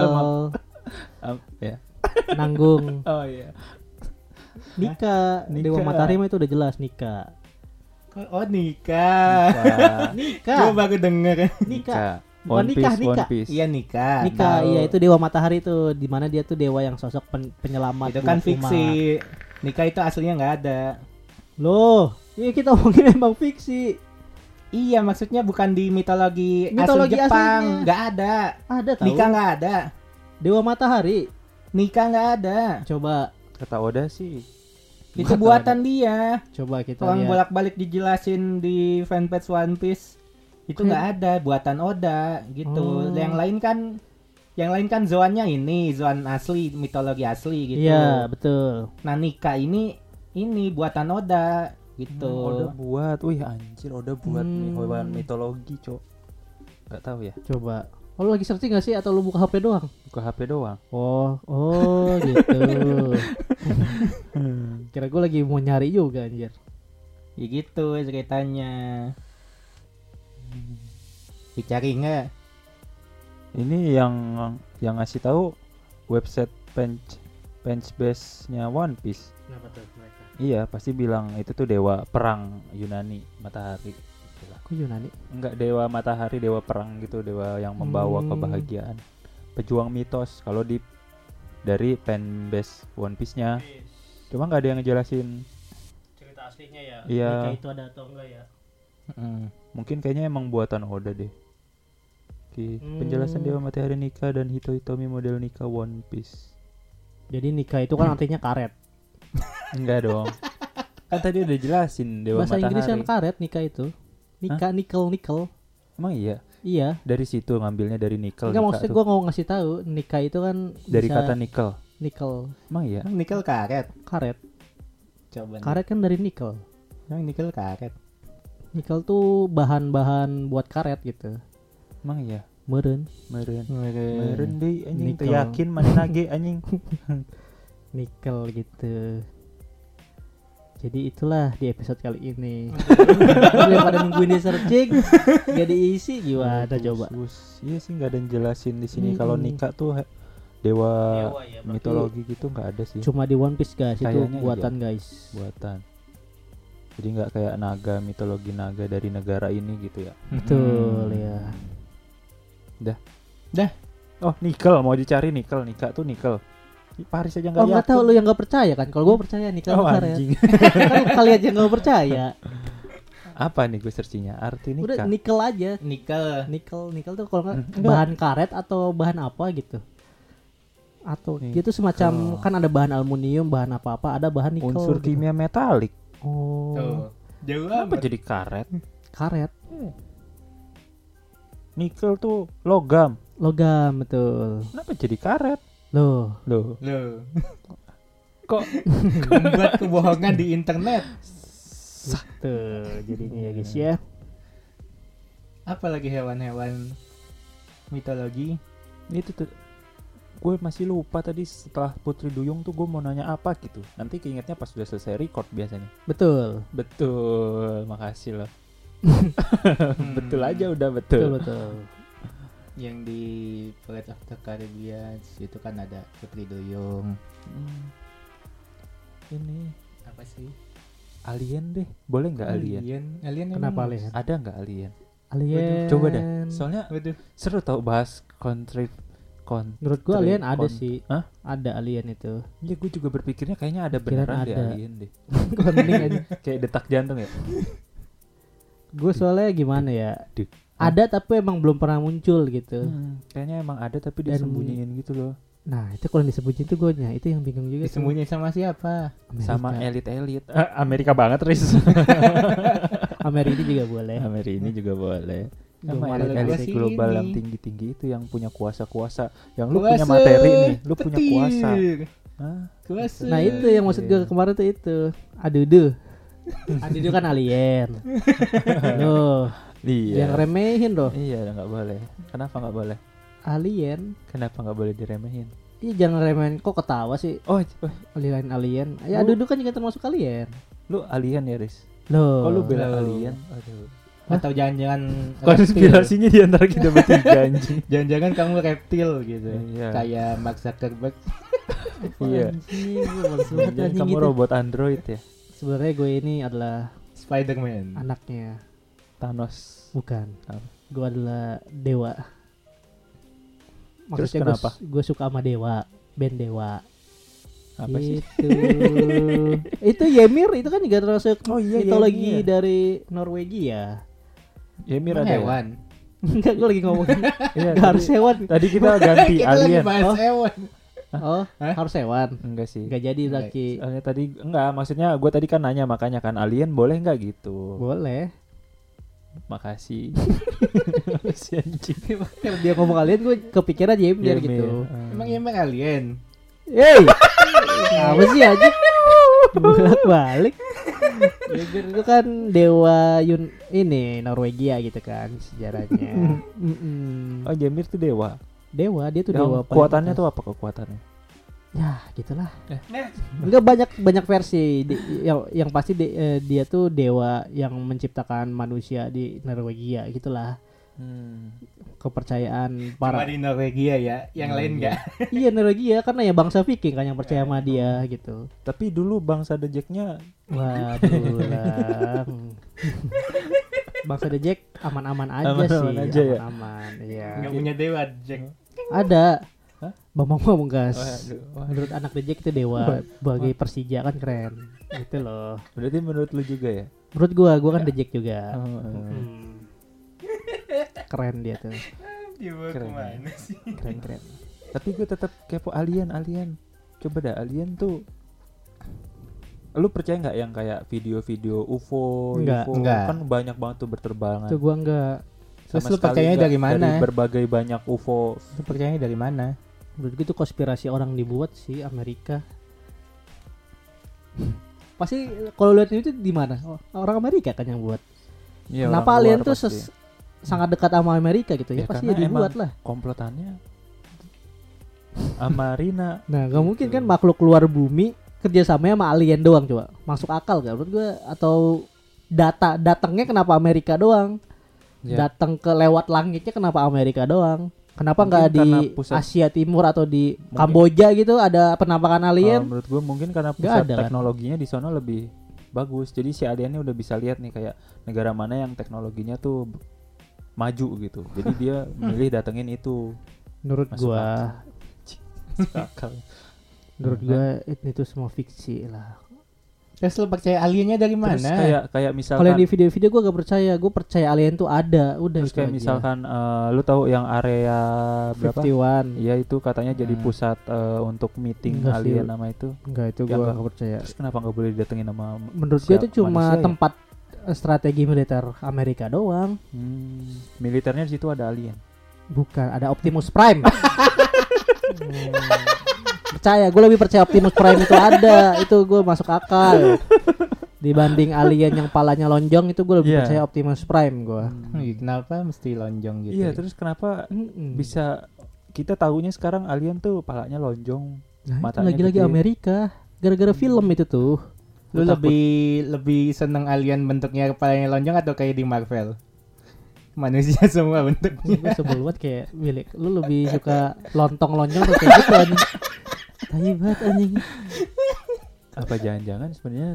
Ya. nanggung Oh iya. nikah. Nikah. Dewa Matahari mah itu udah jelas nikah. Oh nikah. Nikah. Gue baru denger. Nikah. One Bukan nikah, Piece, nikah. One Piece. Iya nikah. Nikah, tahu. iya itu Dewa Matahari tuh, di mana dia tuh dewa yang sosok penyelamat. Itu kan buat fiksi. umat. Nikah itu aslinya nggak ada. Loh, iya kita ngomongin emang fiksi. Iya maksudnya bukan di mitologi Mitologi asli Jepang. aslinya. Nggak ada. Ada tahu. Nikah nggak ada. Dewa Matahari. Nikah nggak ada. Coba Kata Oda sih. Itu Nggak buatan dia. coba kita Orang lihat. bolak-balik dijelasin di fanpage One Piece. Itu Kayak- nggak ada buatan Oda gitu. Oh. Yang lain kan Zoannya ini, Zoan asli, mitologi asli gitu. Iya, betul. Nah, Nikah ini buatan Oda gitu. Oda buat. Wih anjir Oda buat nih hewan mitologi, Cok. Gak tahu ya. Coba. Oh, lu lagi searching gak sih atau lu buka HP doang? Buka HP doang. Oh, gitu. Kira gue lagi mau nyari juga anjir. Ya gitu ceritanya. Dicari nggak? Ini yang ngasih tahu website page base-nya One Piece. Kenapa tuh mereka? Iya, pasti bilang itu tuh dewa perang Yunani, matahari. Itulah. Kok Yunani? Enggak dewa matahari, dewa perang gitu, dewa yang membawa kebahagiaan. Pejuang mitos kalau dari fanbase One Piece-nya. Cuma nggak ada yang ngejelasin. Cerita aslinya ya. Iya. Nikah itu ada atau enggak ya? Mungkin kayaknya emang buatan Oda deh. Oke, penjelasan dewa matahari nikah dan Hitomi model nikah One Piece. Jadi nikah itu kan artinya karet. Enggak dong. Kan tadi udah jelasin dewa Bahasa matahari. Inggris kan karet nikah itu. Nikah nikel. Emang iya? Iya. Dari situ ngambilnya dari nikel. Enggak nikah maksudnya tuh. gue mau ngasih tahu nikah itu kan Dari bisa kata nikel. nikel Emang iya? Yang nikel karet. karet. Coba. Karet kan dari nikel. Yang nikel karet. Nikel tuh bahan-bahan buat karet gitu. Emang iya? Meren. Meren deh anjing. Nikel. Yakin mana nage anjing. Nikel gitu. Jadi itulah di episode kali ini. Daripada nungguin di searching gak diisi gimana coba. Iya sih nggak ada yang jelasin di sini kalau nikah tuh dewa ya, mitologi gitu nggak ada sih. Cuma di One Piece guys, itu Kayaknya buatan iya. guys. Buatan. Jadi nggak kayak naga, mitologi naga dari negara ini gitu ya. Betul ya. Oh, nikel mau dicari nikel, Nika tuh nikel. Paris aja nggak Oh nggak tahu lu yang nggak percaya kan? Kalau gue percaya nih kalau Oh, besar ya. anjing. Kan kalian yang nggak percaya. Apa nih gue searchingnya? Arti Udah Nika. nikel aja. Nikel tuh kalau nggak Enggak. bahan karet atau bahan apa gitu. Atau Nikel. gitu semacam kan ada bahan aluminium, bahan apa-apa, ada bahan nikel. Unsur gitu. kimia metalik. Oh, Tuh. Jauh Kenapa amat. jadi karet? karet, Nikel tuh logam. logam betul. Kenapa jadi karet? Loh, Loh. Loh. Kok Membuat kebohongan di internet. tuh jadinya ya guys ya. Apalagi hewan-hewan mitologi. itu tuh gue masih lupa tadi setelah Putri Duyung tuh gue mau nanya apa gitu. Nanti keingetnya pas sudah selesai record biasanya. Betul. Betul, makasih loh. Betul aja udah Betul betul. betul. Yang di Pirates of the Caribbean itu kan ada Putri Duyung. Ini Apa sih? alien deh, boleh nggak alien? Alien Kenapa emang alien? Ada nggak alien? Alien. Coba dah. Soalnya Waduh. seru tau bahas Menurut gua alien ada kon- sih. Hah? Ada alien itu. Ya gue juga berpikirnya kayaknya ada Pikiran beneran deh ada. alien deh. Mending aja. Kayak detak jantung ya. Gue soalnya gimana ya? Dik. Ada tapi emang belum pernah muncul gitu. Kayaknya emang ada tapi Dan- disembunyiin gitu loh. Nah itu kalau disebutnya itu gue nya itu yang bingung juga. tuh. Disembunyiin sama siapa? Amerika. Sama elit-elit. Amerika banget Riz. Amerika ini juga boleh. Amerika ini juga boleh. Sama Boleh. Kalau gua elit-elit sih global ini. yang tinggi-tinggi itu yang punya kuasa-kuasa. Yang lu punya materi nih, lu punya kuasa. Hah? Kuasa. Nah itu yang maksud gue kemarin tuh itu. Adudu. Adudu kan alien. Loh, Iya. yang remehin loh. Iya, nggak boleh. Kenapa nggak boleh? Alien. Kenapa nggak boleh diremehin? Iya jangan remehin. Kok ketawa sih? Oh, Alien. Ya Adudu kan juga termasuk alien. lu alien ya, Riz? Loh. Kok lu bilang Loh. alien? Aduh. Atau jangan-jangan Konspirasinya di antara kita bertiga anjing. Jangan-jangan kamu reptil gitu. Iya. Kayak Mark Zuckerberg. Iya. Anjing, gue males banget Jangan anjing kamu gitu. robot android ya? Sebenarnya gue ini adalah Spider-Man. anaknya. Thanos. Bukan. Apa? Gue adalah dewa. Terus Maksudnya kenapa? gue suka sama dewa, band dewa. Apa sih? Itu. Itu Ymir itu kan juga termasuk Oh iya, mitologi Ymir. dari Norwegia. Ymir Emang ada ya? hewan. Enggak, gue lagi ngomongin Iya, nggak harus hewan. tadi kita ganti Kita lagi alien. bahas Oh. hewan. Oh, Hah? harus hewan. Enggak sih. Enggak jadi Enggak. lagi. Soalnya tadi enggak, maksudnya gue tadi kan nanya makanya kan alien boleh nggak gitu. Boleh. Makasih. Si anjing. Kalau dia ngomong alien gue kepikiran Ymir Ymir. gitu. Emang emang alien. Hey, apa sih aja? Bolak balik. Ymir itu kan dewa ini Norwegia gitu kan sejarahnya. Oh, Ymir tuh dewa. Dewa dia tuh Yang dewa. kekuatannya paling tuh apa kekuatannya? atas. Ya gitulah. Nah, Enggak banyak versi. Yang pasti dia tuh dewa yang menciptakan manusia di Norwegia gitulah. Kepercayaan cuma para di Norwegia ya, yang lain enggak. iya Norwegia karena ya bangsa Viking kan yang percaya sama dia gitu. Tapi dulu bangsa The Jack-nya Waduh lang. Bangsa The Jack aman-aman aja Aman-aman sih, aja ya? aman-aman. Iya. Enggak punya dewa, Jack. Ada. Hah? Bambang Pamungkas. Waduh, waduh. Menurut anak The Jack itu dewa, sebagai Persija kan keren. Gitu loh. Berarti menurut lu juga ya? Menurut gua kan The Jack juga. Keren dia tuh. Dibawa Keren. kemana sih? Keren. Tapi gue tetap kepo alien. Coba dah alien tuh. Lu percaya nggak yang kayak video-video UFO? Enggak, UFO enggak. kan banyak banget tuh berterbangan. Tuh gua enggak. Terus Sama lu sekali percayanya nggak dari mana? berbagai banyak UFO. Lu percayanya dari mana? Menurut gue itu konspirasi orang dibuat sih Amerika. Pasti kalau lihat itu di mana? Orang Amerika kan yang buat. Iya, Kenapa orang alien luar tuh pasti. sangat dekat sama Amerika gitu ya? Ya, Pasti karena ya dibuat emang lah. komplotannya Amarina. Nah, nggak mungkin Gitu. kan makhluk luar bumi kerjasamanya sama alien doang coba. Masuk akal gak menurut gue? Atau datangnya kenapa Amerika doang? Ya, Datang ke lewat langitnya kenapa Amerika doang? Kenapa Mungkin nggak di karena pusat- Asia Timur atau di Mungkin- Kamboja gitu ada penampakan alien? menurut gue mungkin karena Nggak pusat ada kan? teknologinya di sana lebih bagus. Jadi si aliennya udah bisa lihat nih kayak negara mana yang teknologinya tuh maju gitu. Jadi dia milih datengin itu. Menurut Masuk gua Akal. menurut gua ini tuh semua fiksi lah. Terus lu percaya aliennya dari mana? Terus kayak misalkan Kalau yang di video-video gua gak percaya, gua percaya alien tuh ada, udah terus itu kayak aja. misalkan lu tahu yang area berapa? 51. Iya itu katanya jadi Hmm. pusat untuk meeting Enggak sih. alien nama itu. Enggak, itu Ya, gua enggak. gak percaya. Terus kenapa nggak boleh didatengin sama Menurut gua itu cuma manusia ya? tempat strategi militer Amerika doang. Militernya di situ ada alien. Bukan, ada Optimus Prime. Percaya, gue lebih percaya Optimus Prime itu ada, itu gue masuk akal. Dibanding alien yang palanya lonjong itu gue lebih Iya. percaya Optimus Prime gue. Kenapa mesti lonjong gitu? Iya, terus kenapa bisa kita tahunya sekarang alien tuh palanya lonjong? Nah, itu matanya lagi-lagi gede. Amerika, gara-gara film itu tuh. Lu Gua takut. lebih seneng alien bentuknya kepalanya lonjong atau kayak di Marvel? Manusia semua bentuknya. Gue sebel banget kayak milik. Lu lebih suka lontong lonjong atau kayak gitu anjing. Tai banget anjing. Apa jangan-jangan sebenarnya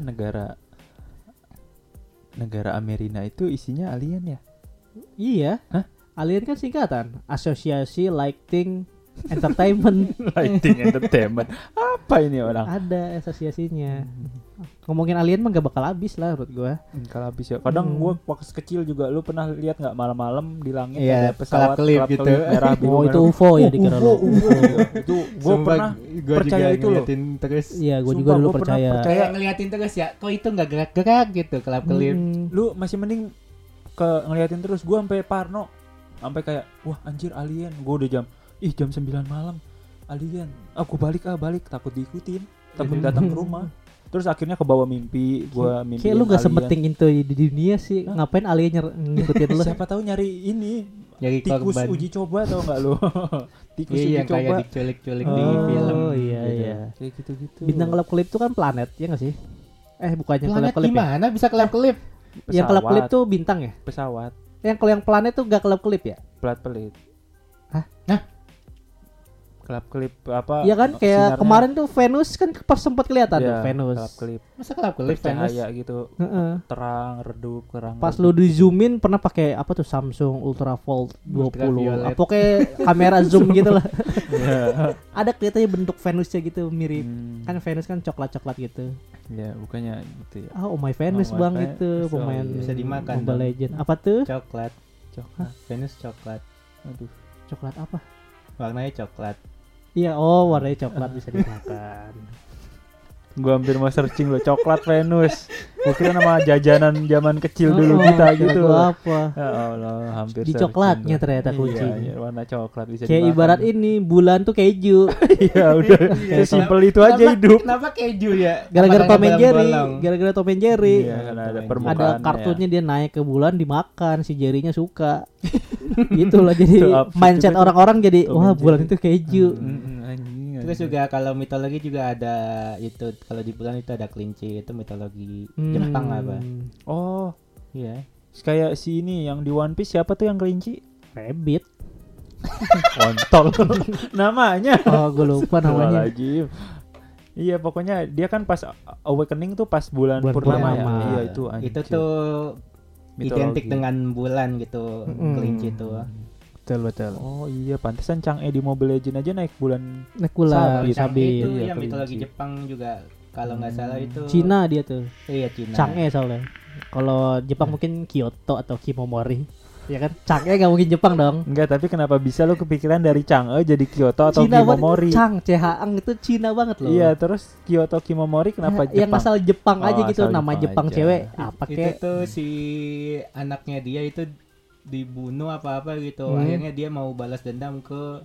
negara Amerika itu isinya alien ya? Iya. Hah? Alien kan singkatan Asosiasi Lighting Entertainment. Lighting entertainment. Apa ini orang? Ada asosiasinya. Ngomongin alien mah gak bakal habis lah menurut gua. Kalau habis ya. Kadang gua waktu kecil juga lu pernah lihat nggak malam-malam di langit Iya, ada pesawat kelap-kelip kelap-kelip gitu. merah biru. Oh, itu merah. UFO ya dikira lu. Itu gua Sumpah, pernah gua percaya juga itu loh. ngeliatin terus. Iya, gua Sumpah, juga dulu gua pernah percaya. percaya. Kayak ngeliatin terus ya, kok itu nggak gerak-gerak gitu, kelap-kelip. Lu masih mending ke ngeliatin terus. Gua sampai parno. Sampai kayak wah anjir alien. Gua udah jam 9 malam. Alien. Aku balik takut diikutin. Takut datang ke rumah. Terus akhirnya ke bawah mimpi. Gua mimpi. Kayak lu gak sepenting itu di dunia sih. Hah? Ngapain alien ngikutin lu? Siapa tahu nyari ini Nyari tikus korban. uji coba tau nggak lu? Tikus Iya, uji yang coba. kayak diculik-culik di Oh, film. iya, gitu. iya. Kayak gitu-gitu. Bintang kelap-kelip itu kan planet, ya gak sih? Bukannya Planet kelap-kelip ya? gimana bisa kelap-kelip? Yang kelap-kelip tuh bintang ya? pesawat Yang kalau yang planet tuh gak kelap-kelip ya? pelat-pelit. Hah? Kelap-kelip apa? Iya kan kayak sinarnya kemarin tuh Venus kan sempat kelihatan tuh iya, Venus. Kelap-kelip. Masa kelap-kelip Venus? Bercahaya gitu. Heeh. Terang, redup, terang. Pas lu di zoomin pernah pakai apa tuh Samsung Ultravolt 20. Ultraviolet. Apa kayak kamera zoom gitu lah. Iya. Ada kelihatannya bentuk Venusnya gitu mirip. Kan Hmm. Venus kan coklat-coklat gitu. Ya, bukannya gitu ya. Ah, oh my Venus Oh my bang Venus. itu Oh, pemain iya. Bisa dimakan Mobile dong. Legend. Apa tuh? Coklat. Coklat. Venus coklat. Aduh. Coklat apa? Warnanya coklat. Iya, oh warnanya coklat bisa dimakan. Gua hampir mau searching loh, coklat Venus. Gua kira nama jajanan zaman kecil dulu Oh, kita kira gitu. gua apa? Ya Allah, hampir Di searching coklatnya gua. ternyata Iya, kuncinya. iya, warna coklat bisa Kayak dimakan. ibarat ini bulan tuh keju. Iya, udah. Sesimpel itu aja Kenapa- hidup. Kenapa keju ya? Gara-gara Apakah Tom and Jerry, bolong-bolong? gara-gara Tom and Jerry. Iya, karena ada Ada permukaan. Ada kartunnya dia naik ke bulan dimakan, si Jerry-nya suka. Gitu lah jadi Itu absurd mindset juga tuh. orang-orang jadi Tom wah and bulan Jerry. itu keju. Terus juga kalau mitologi juga ada itu, kalau di bulan itu ada kelinci, itu mitologi Hmm. Jepang apa? Oh, Iya. kayak si ini yang di One Piece siapa tuh yang kelinci? Rabbit. Kontol. Namanya. Oh, gue lupa namanya. Astagfirullahaladzim. Iya, pokoknya dia kan pas awakening tuh pas bulan, Bulan purnama ya. purnama. Iya, itu anjir. Itu tuh Mitologi. identik dengan bulan gitu, Mm-mm. kelinci tuh. Betul. Oh iya, pantesan Chang'e di Mobile Legend aja naik bulan. Naik bulan, Sabit. sabit. Itu Iya, yang mitologi kelinci. Jepang juga kalau nggak salah itu. Cina dia tuh. Iya Cina. Chang'e soalnya. Kalau Jepang mungkin Kyoto atau Kimomori. Ya kan? Chang'e gak mungkin Jepang dong. Enggak, tapi kenapa bisa lu kepikiran dari Chang'e jadi Kyoto atau Cina Kimomori? banget. Chang itu Cina banget loh. Iya, terus Kyoto Kimomori kenapa Yang Jepang? asal Jepang aja Oh, gitu, asal nama Jepang Jepang aja. cewek apa Itu kek. tuh si anaknya dia itu dibunuh apa-apa gitu. Hmm. Akhirnya dia mau balas dendam ke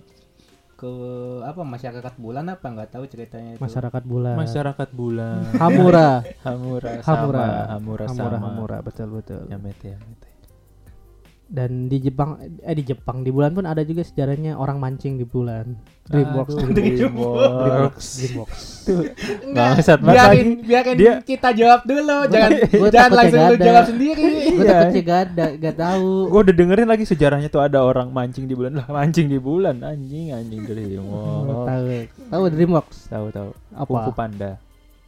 apa masyarakat bulan apa nggak tahu ceritanya itu. Masyarakat bulan. Masyarakat bulan. Hamura. Hamura Hamura. sama. Hamura sama. Hamura, betul. Yamet. Dan di Jepang di bulan pun ada juga sejarahnya orang mancing di bulan. Dreamworks. Aduh, Dreamworks. Tuh, Enggak, bangsat banget lagi. biarin Dia- kita jawab dulu, jangan Gua jangan takutnya langsung nggak lu ada. jawab sendiri. Gue Iya. takutnya gak tahu. Gue udah dengerin lagi sejarahnya tuh ada orang mancing di bulan. Lah, mancing di bulan anjing Dreamworks. Tahu Dreamworks. Tahu. Apa? Kung Fu Panda.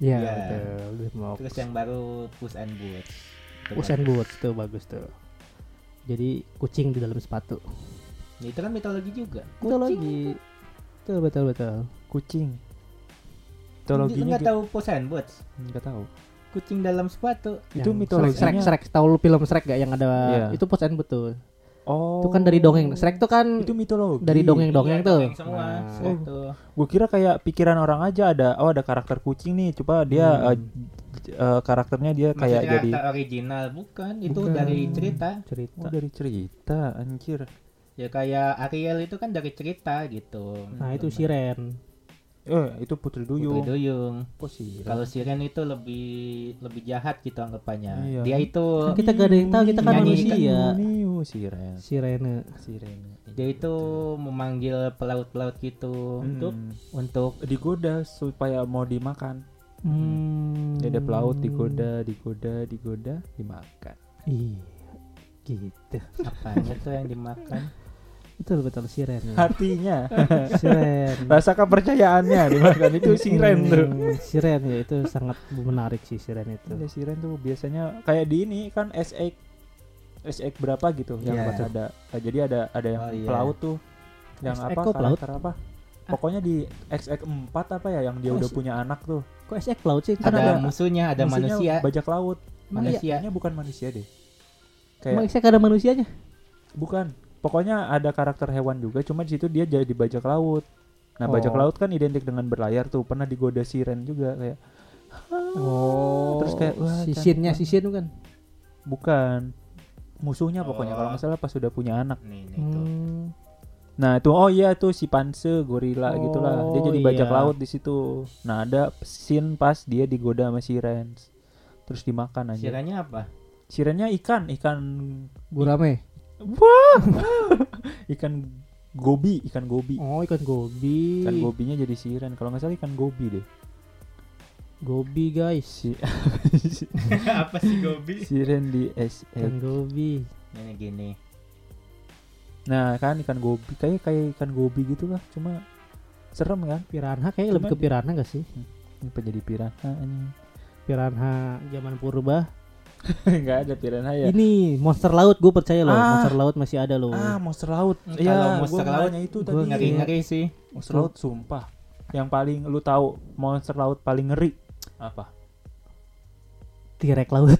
Iya, Iya. betul. Grimlock. Terus yang baru Puss and Boots. Itu Puss kan. and Boots tuh bagus tuh. Jadi kucing di dalam sepatu. Ya, itu kan mitologi juga. Mitologi. Betul. Kucing. Lu Mitologinya nggak tahu Puss and Boots? enggak tahu. Kucing dalam sepatu. Itu Yang mitologinya. Shrek. Tahu lu film Shrek gak yang ada Iya. itu Puss and Boots tuh. Oh. Itu kan dari dongeng. Shrek tuh kan Itu mitologi. dari dongeng Iya, tuh. dongeng semua. Nah. Shrek tuh. Gue kira kayak pikiran orang aja ada karakter kucing nih, coba dia karakternya dia kayak Maksudnya jadi karakter original bukan, itu Bukan. dari cerita. cerita. dari cerita anjir. Ya kayak Ariel itu kan dari cerita gitu. Nah, itu Siren. Itu Putri Duyung. Putri Duyung. Kok sih? Kalau Siren itu lebih jahat gitu anggapannya. Iya. Dia itu Kan kita gak ada yang tahu, kita kan Nyanyi manusia. Siren. Sirene. dia itu memanggil pelaut-pelaut gitu untuk digoda supaya mau dimakan. Dia ada pelaut digoda, dimakan. Iya. Gitu. apanya tuh yang dimakan. Betul Siren. Ya. Hatinya. Siren. Rasa kepercayaannya dimakan itu siren tuh. Siren ya itu sangat menarik sih Siren itu. Iya, siren tuh biasanya kayak di ini kan SX berapa gitu yang Iya. pas ada. Jadi ada yang Oh, iya. pelaut tuh. Yang SX apa kok pelaut? karakter apa? Pokoknya di XX4 apa ya yang dia Oh, udah punya anak tuh. Kok SX pelaut sih? Kan ada ada- musuhnya, ada Musuhnya manusia. bajak laut. Emang iya? Manusia. Manusianya bukan manusia deh. Emang Kayak SX ada manusianya? bukan. Pokoknya ada karakter hewan juga, cuma di situ dia jadi bajak laut. Nah, bajak Oh. laut kan identik dengan berlayar tuh. Pernah digoda siren juga kayak terus kayak, wah, sisinnya cantik sisin kan. bukan musuhnya pokoknya Oh. kalau nggak salah pas sudah punya anak. Nih tuh. Nah, itu tuh si Panse gorila gitulah. Dia Oh, jadi bajak iya. laut di situ. Nah, ada scene pas dia digoda sama siren. Terus dimakan aja. Sirennya apa? Sirennya ikan Gurame. wah. ikan gobi. Oh, ikan gobi. Ikan gobinya jadi siren. Kalau nggak salah ikan gobi deh. Gobi guys. apa sih gobi? Siren di SX. Ikan gobi. Ini gini. Nah, kan ikan gobi kayak ikan gobi gitu lah. Cuma serem kan? Piranha kayaknya lebih ke piranha gak sih? Apa jadi piranha anjing? Piranha zaman purba. Enggak ada piranha ya. Ini monster laut gue percaya loh. Ah. Monster laut masih ada loh. Monster laut. Kalau monster gua laut nanya itu Gue tadi. ngeri-ngeri sih. Monster laut sumpah. Yang paling lu tahu monster laut paling ngeri apa? T-Rex laut.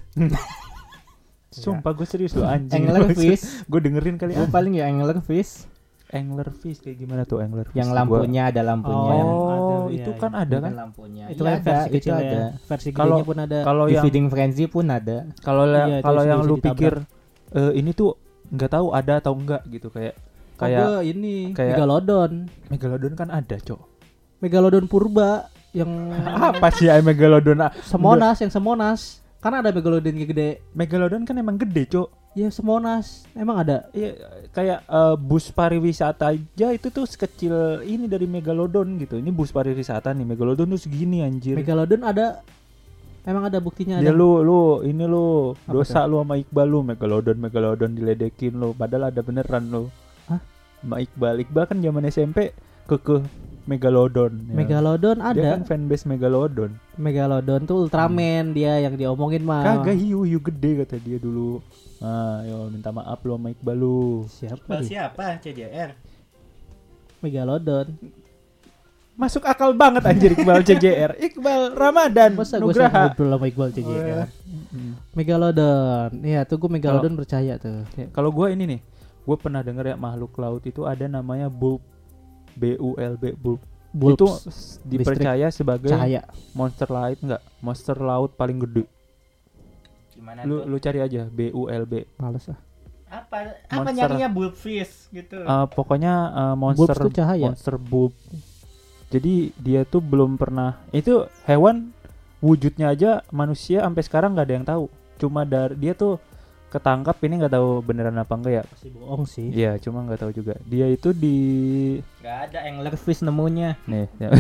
Sumpah gue serius lu anjing. Anglerfish. Gue dengerin kali Gue paling ya anglerfish. Anglerfish kayak gimana tuh anglerfish? Yang lampunya ada lampunya. Oh, Ada, itu iya, kan iya. ada Bukan kan? lampunya. Itu Iya kan ada, versi itu kecilnya. ada. Versi Kalau- gedenya pun ada. Kalau Di yang Feeding Frenzy pun ada. Iya, itu kalau yang bisa lu ditabrak. pikir ini tuh nggak tahu ada atau enggak gitu kayak Gua ini kayak- Megalodon. Megalodon kan ada, Cok. Megalodon purba yang Apa sih Megalodon? Semonas, yang Semonas. Kan ada Megalodon yang gede. Megalodon kan emang gede, Cok. Ya Semonas. Emang ada. Iya, kayak bus pariwisata aja itu tuh sekecil ini dari Megalodon gitu. Ini bus pariwisata nih, Megalodon tuh segini anjir. Megalodon ada. Emang ada buktinya Ya ada. lu Apa dosa lu sama Iqbal lu Megalodon diledekin lu, padahal ada beneran lu. Hah? Sama Iqbal kan zaman SMP kekeh Megalodon. Ya. Megalodon Dia ada. kan fanbase Megalodon. Megalodon tuh Ultraman dia yang diomongin mah. Kagak hiu gede kata dia dulu. Ah, yo minta maaf lu sama Iqbal lu. Siapa dia? siapa? CJR. Megalodon. Masuk akal banget anjir Iqbal CJR. Iqbal Ramadan Masa gue Nugraha. ngobrol sama Iqbal CJR. Mm. Megalodon. Iya tuh gue Megalodon percaya tuh. Ya, kalau gue ini nih, gue pernah denger ya makhluk laut itu ada namanya bulb, BULB bulb. Bulbs. Itu dipercaya sebagai Cahaya. monster laut enggak? Monster laut paling gede. Gimana Lu cari aja BULB. Males ah. Apa Monster. nyarinya bulbfish gitu. Pokoknya monster Bulbs tuh cahaya. monster bulb. Jadi dia tuh belum pernah. Itu hewan wujudnya aja manusia sampai sekarang nggak ada yang tahu. Cuma dari dia tuh ketangkap ini nggak tahu beneran apa enggak ya. Pasti bohong sih. Iya, cuma nggak tahu juga. Dia itu di Gak ada anglerfish nemunya. nih. Ya.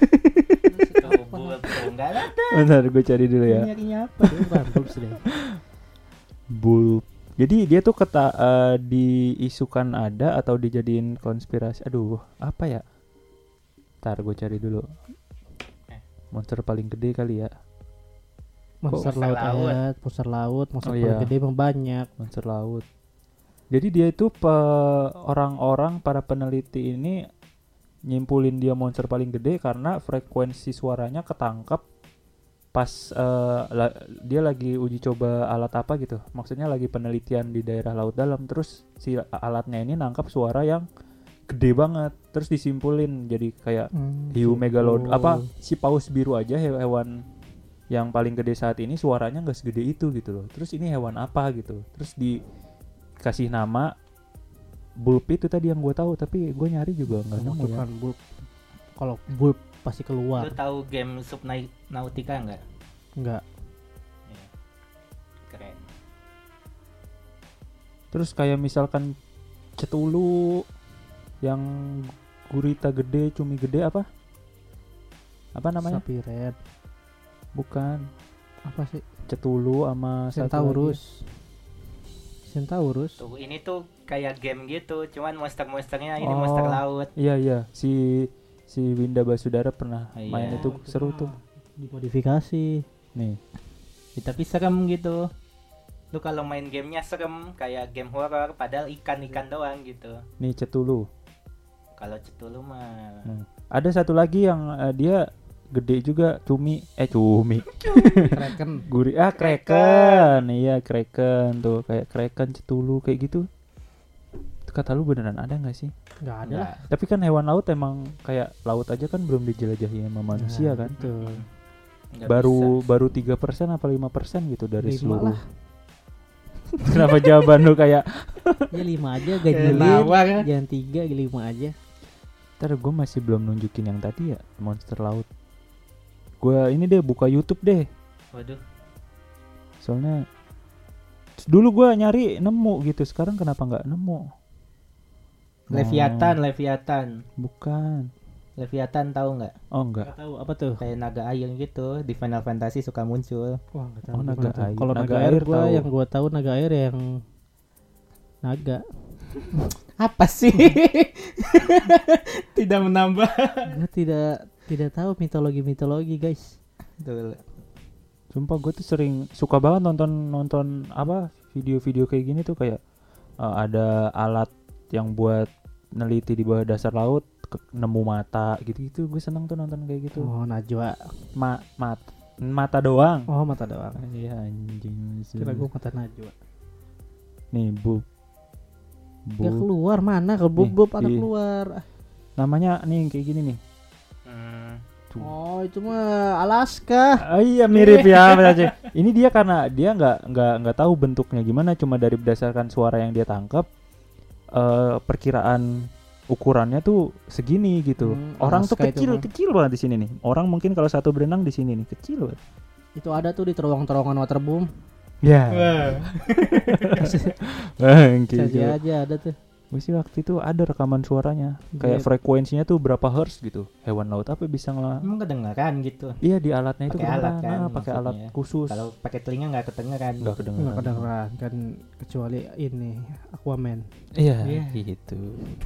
Tuh bulb tuh gak ada. Bentar, gue cari dulu ya. Nyarinya apa? Bukan Bulbs deh. Bulb. Jadi dia tuh diisukan ada atau dijadiin konspirasi. Aduh, apa ya? Ntar gue cari dulu. monster paling gede kali ya. Monster Monster laut laut. ada, monster laut, monster Oh, paling iya. gede emang banyak. Monster laut. Jadi dia itu orang-orang para peneliti ini nyimpulin dia monster paling gede karena frekuensi suaranya ketangkep pas dia lagi uji coba alat apa gitu. Maksudnya lagi penelitian di daerah laut dalam, terus si alatnya ini nangkap suara yang gede banget, terus disimpulin jadi kayak hiu megalodon apa si paus biru aja hewan yang paling gede saat ini suaranya nggak segede itu gitu loh. Terus ini hewan apa gitu, terus dikasih nama bulp itu tadi yang gue tahu, tapi gue nyari juga nggak nemu ya. Bukan bulb. Kalau bulb pasti Lu keluar. tahu game Subnautica enggak? Enggak. Ya. Keren. Terus kayak misalkan cetulu yang gurita gede, cumi gede apa namanya? Sapi red. Bukan, Apa sih? cetulu sama satu lagi. Centaurus. Tuh ini tuh kayak game gitu, cuman monster-monsternya ini Oh. monster laut. Iya si Winda Basudara pernah Iya. main itu seru tuh. Dimodifikasi. Nih, Ya, tapi serem gitu. Lu kalau main gamenya serem kayak game horror, padahal ikan-ikan doang gitu. nih cetulu. Kalau cetulu mah Ada satu lagi yang dia gede juga, cumi. Kraken. Kraken. Iya, kraken tuh, kayak kraken, cetulu kayak gitu. Kata lu beneran ada nggak sih? Enggak ada lah. Tapi kan hewan laut emang kayak laut aja kan belum dijelajahi sama manusia kan. Tuh. nggak Baru 3% apa 5% gitu dari 5 seluruh. lah. Kenapa jawaban lu kayak Ya 5 aja Kayak ganjilin. nawar ya. Jangan 3, 5 aja. Ntar gue masih belum nunjukin yang tadi ya, monster laut. Gue ini deh buka YouTube deh. Waduh, Soalnya dulu gue nyari nemu gitu, sekarang kenapa nggak nemu? Leviathan. Bukan. Leviathan tahu nggak? Oh enggak. Enggak tahu apa tuh. Kayak naga air gitu di Final Fantasy suka muncul. Wah, enggak tahu. Oh, naga gimana tuh. air. Kalau Naga naga air air gua tahu. yang gua tahu naga air yang naga. Apa sih? Tidak menambah. Gua tidak tahu mitologi, guys. Tuh. Sumpah gue tuh sering suka banget nonton apa video-video kayak gini tuh, kayak ada alat yang buat neliti di bawah dasar laut, nemu mata gitu-gitu. Gue seneng tuh nonton kayak gitu. Oh, najwa. Mata doang. Oh, mata doang. Iya anjing. Kira gua mata najwa. Nih bu. Ya keluar mana? Kalau Nih, bub ada di- keluar. Namanya nih kayak gini nih. Tuh. Oh, itu mah Alaska. Oh iya mirip ya. Ini dia karena dia nggak tahu bentuknya gimana, cuma dari berdasarkan suara yang dia tangkap, perkiraan ukurannya tuh segini gitu. Orang tuh Alaska itu mah. kecil banget di sini nih. Orang mungkin kalau satu berenang di sini nih kecil banget. Itu ada tuh di terowongan waterboom. Ya. Saja aja ada tuh. Gue sih waktu itu ada rekaman suaranya. Kayak Iya. frekuensinya tuh berapa hertz gitu. Hewan laut apa bisa Emang kedengeran gitu. Iya di alatnya itu Pakai alat kedengeran. kan, pakai alat maksudnya. khusus. Kalau pakai telinga nggak kedengeran. Nggak kedengeran. Enggak kedengeran kan kecuali ini Aquaman. Iya Iya. gitu.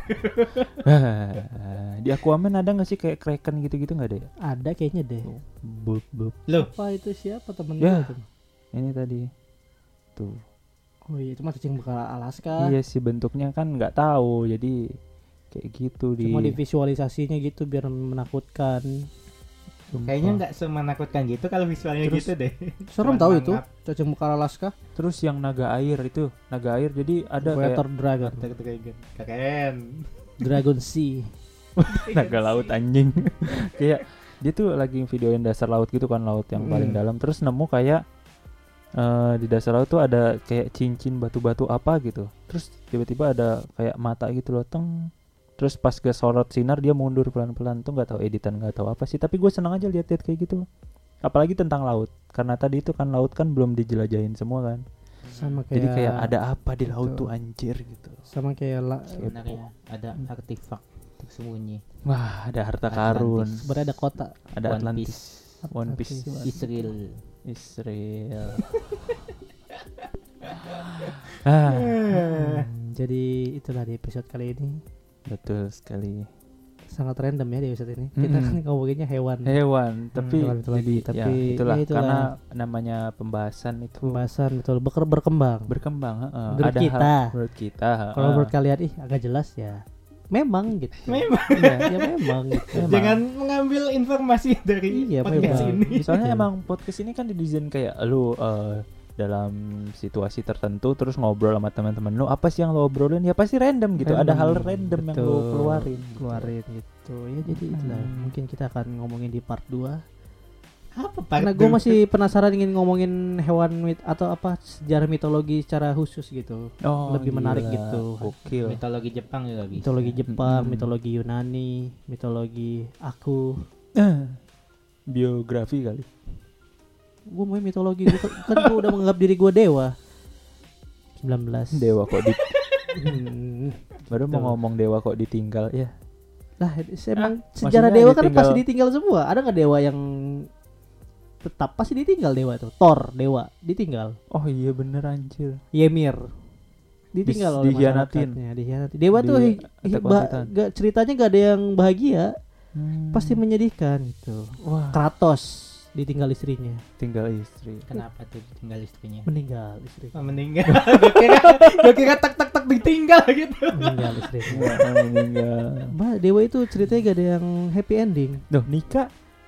Di Aquaman ada nggak sih kayak kraken gitu-gitu nggak ada ya? Ada kayaknya deh. Bub. Loh, Apa itu siapa temen Ya. gua itu? Ini tadi tuh. Oh iya, itu mah cacing bekal Alaska. Iya sih bentuknya kan nggak tahu, jadi kayak gitu Cuma di visualisasinya gitu biar menakutkan. Sumpah. kayaknya nggak semenakutkan gitu kalau visualnya Terus- gitu deh. Serem Cuman tahu itu mangap. cacing bekal Alaska. Terus yang naga air itu, naga air jadi ada kayak Water Dragon. Keren. Dragon Sea. naga laut anjing. Kayak dia tuh lagi videoin dasar laut gitu kan, laut yang paling dalam, terus nemu kayak di dasar laut tuh ada kayak cincin batu-batu apa gitu. Terus tiba-tiba ada kayak mata gitu loh, teng. Terus pas ke sorot sinar dia mundur pelan-pelan, tuh nggak tahu editan, nggak tahu apa sih, tapi gue seneng aja lihat-lihat kayak gitu. Apalagi tentang laut, karena tadi itu kan laut kan belum dijelajahin semua kan. Sama kayak Jadi kayak ada apa di laut Betul. tuh anjir gitu. sama kayak Sebenarnya ada artefak tersembunyi. Wah, ada harta Atlantis. karun, sebenarnya ada kota. ada One Atlantis, One Piece, Israel. Israel. Jadi itulah di episode kali ini. Betul sekali. sangat random ya di episode ini. Kita kan ngomonginnya hewan. Tapi hewan mitologi, jadi, tapi itulah, ya itulah. karena namanya pembahasan itu Pembahasan betul berkembang. Menurut ada kita. menurut kita. Kalau menurut kalian agak jelas ya. Memang gitu. Memang. Ya memang gitu. Jangan mengambil informasi dari Iya, podcast memang. ini. Soalnya Iya. emang podcast ini kan didesain kayak lu dalam situasi tertentu terus ngobrol sama teman-teman lu, apa sih yang lo obrolin, ya pasti random gitu. Ada hal random yang lo keluarin gitu. Ya jadi itulah. Mungkin kita akan ngomongin di part 2. Apa Karena gue masih penasaran ingin ngomongin hewan atau apa sejarah mitologi secara khusus gitu. Lebih menarik gitu. Gokil. mitologi Jepang juga bisa. Mitologi Jepang, mitologi Yunani, mitologi aku. Biografi kali. Gue mau mitologi kan gue udah menganggap diri gue dewa. 19. Dewa kok di baru Tuh. mau ngomong dewa kok ditinggal ya. Lah emang maksudnya sejarah dewa kan ditinggal- pasti ditinggal semua. Ada nggak dewa yang tetap pasti ditinggal dewa tuh? Thor dewa ditinggal. Oh iya bener anjir. Ymir ditinggal oleh Dikhianatin. masyarakatnya, dikhianatin. Dewa tuh Attack on Titan. ceritanya gak ada yang bahagia, pasti menyedihkan gitu. Wah, Kratos ditinggal istrinya, tinggal istri. Kenapa tuh tinggal istrinya? meninggal istrinya, Meninggal. Gue kira tak ditinggal gitu. meninggal istrinya. Meninggal. Dewa itu ceritanya gak ada yang happy ending. Duh, nikah.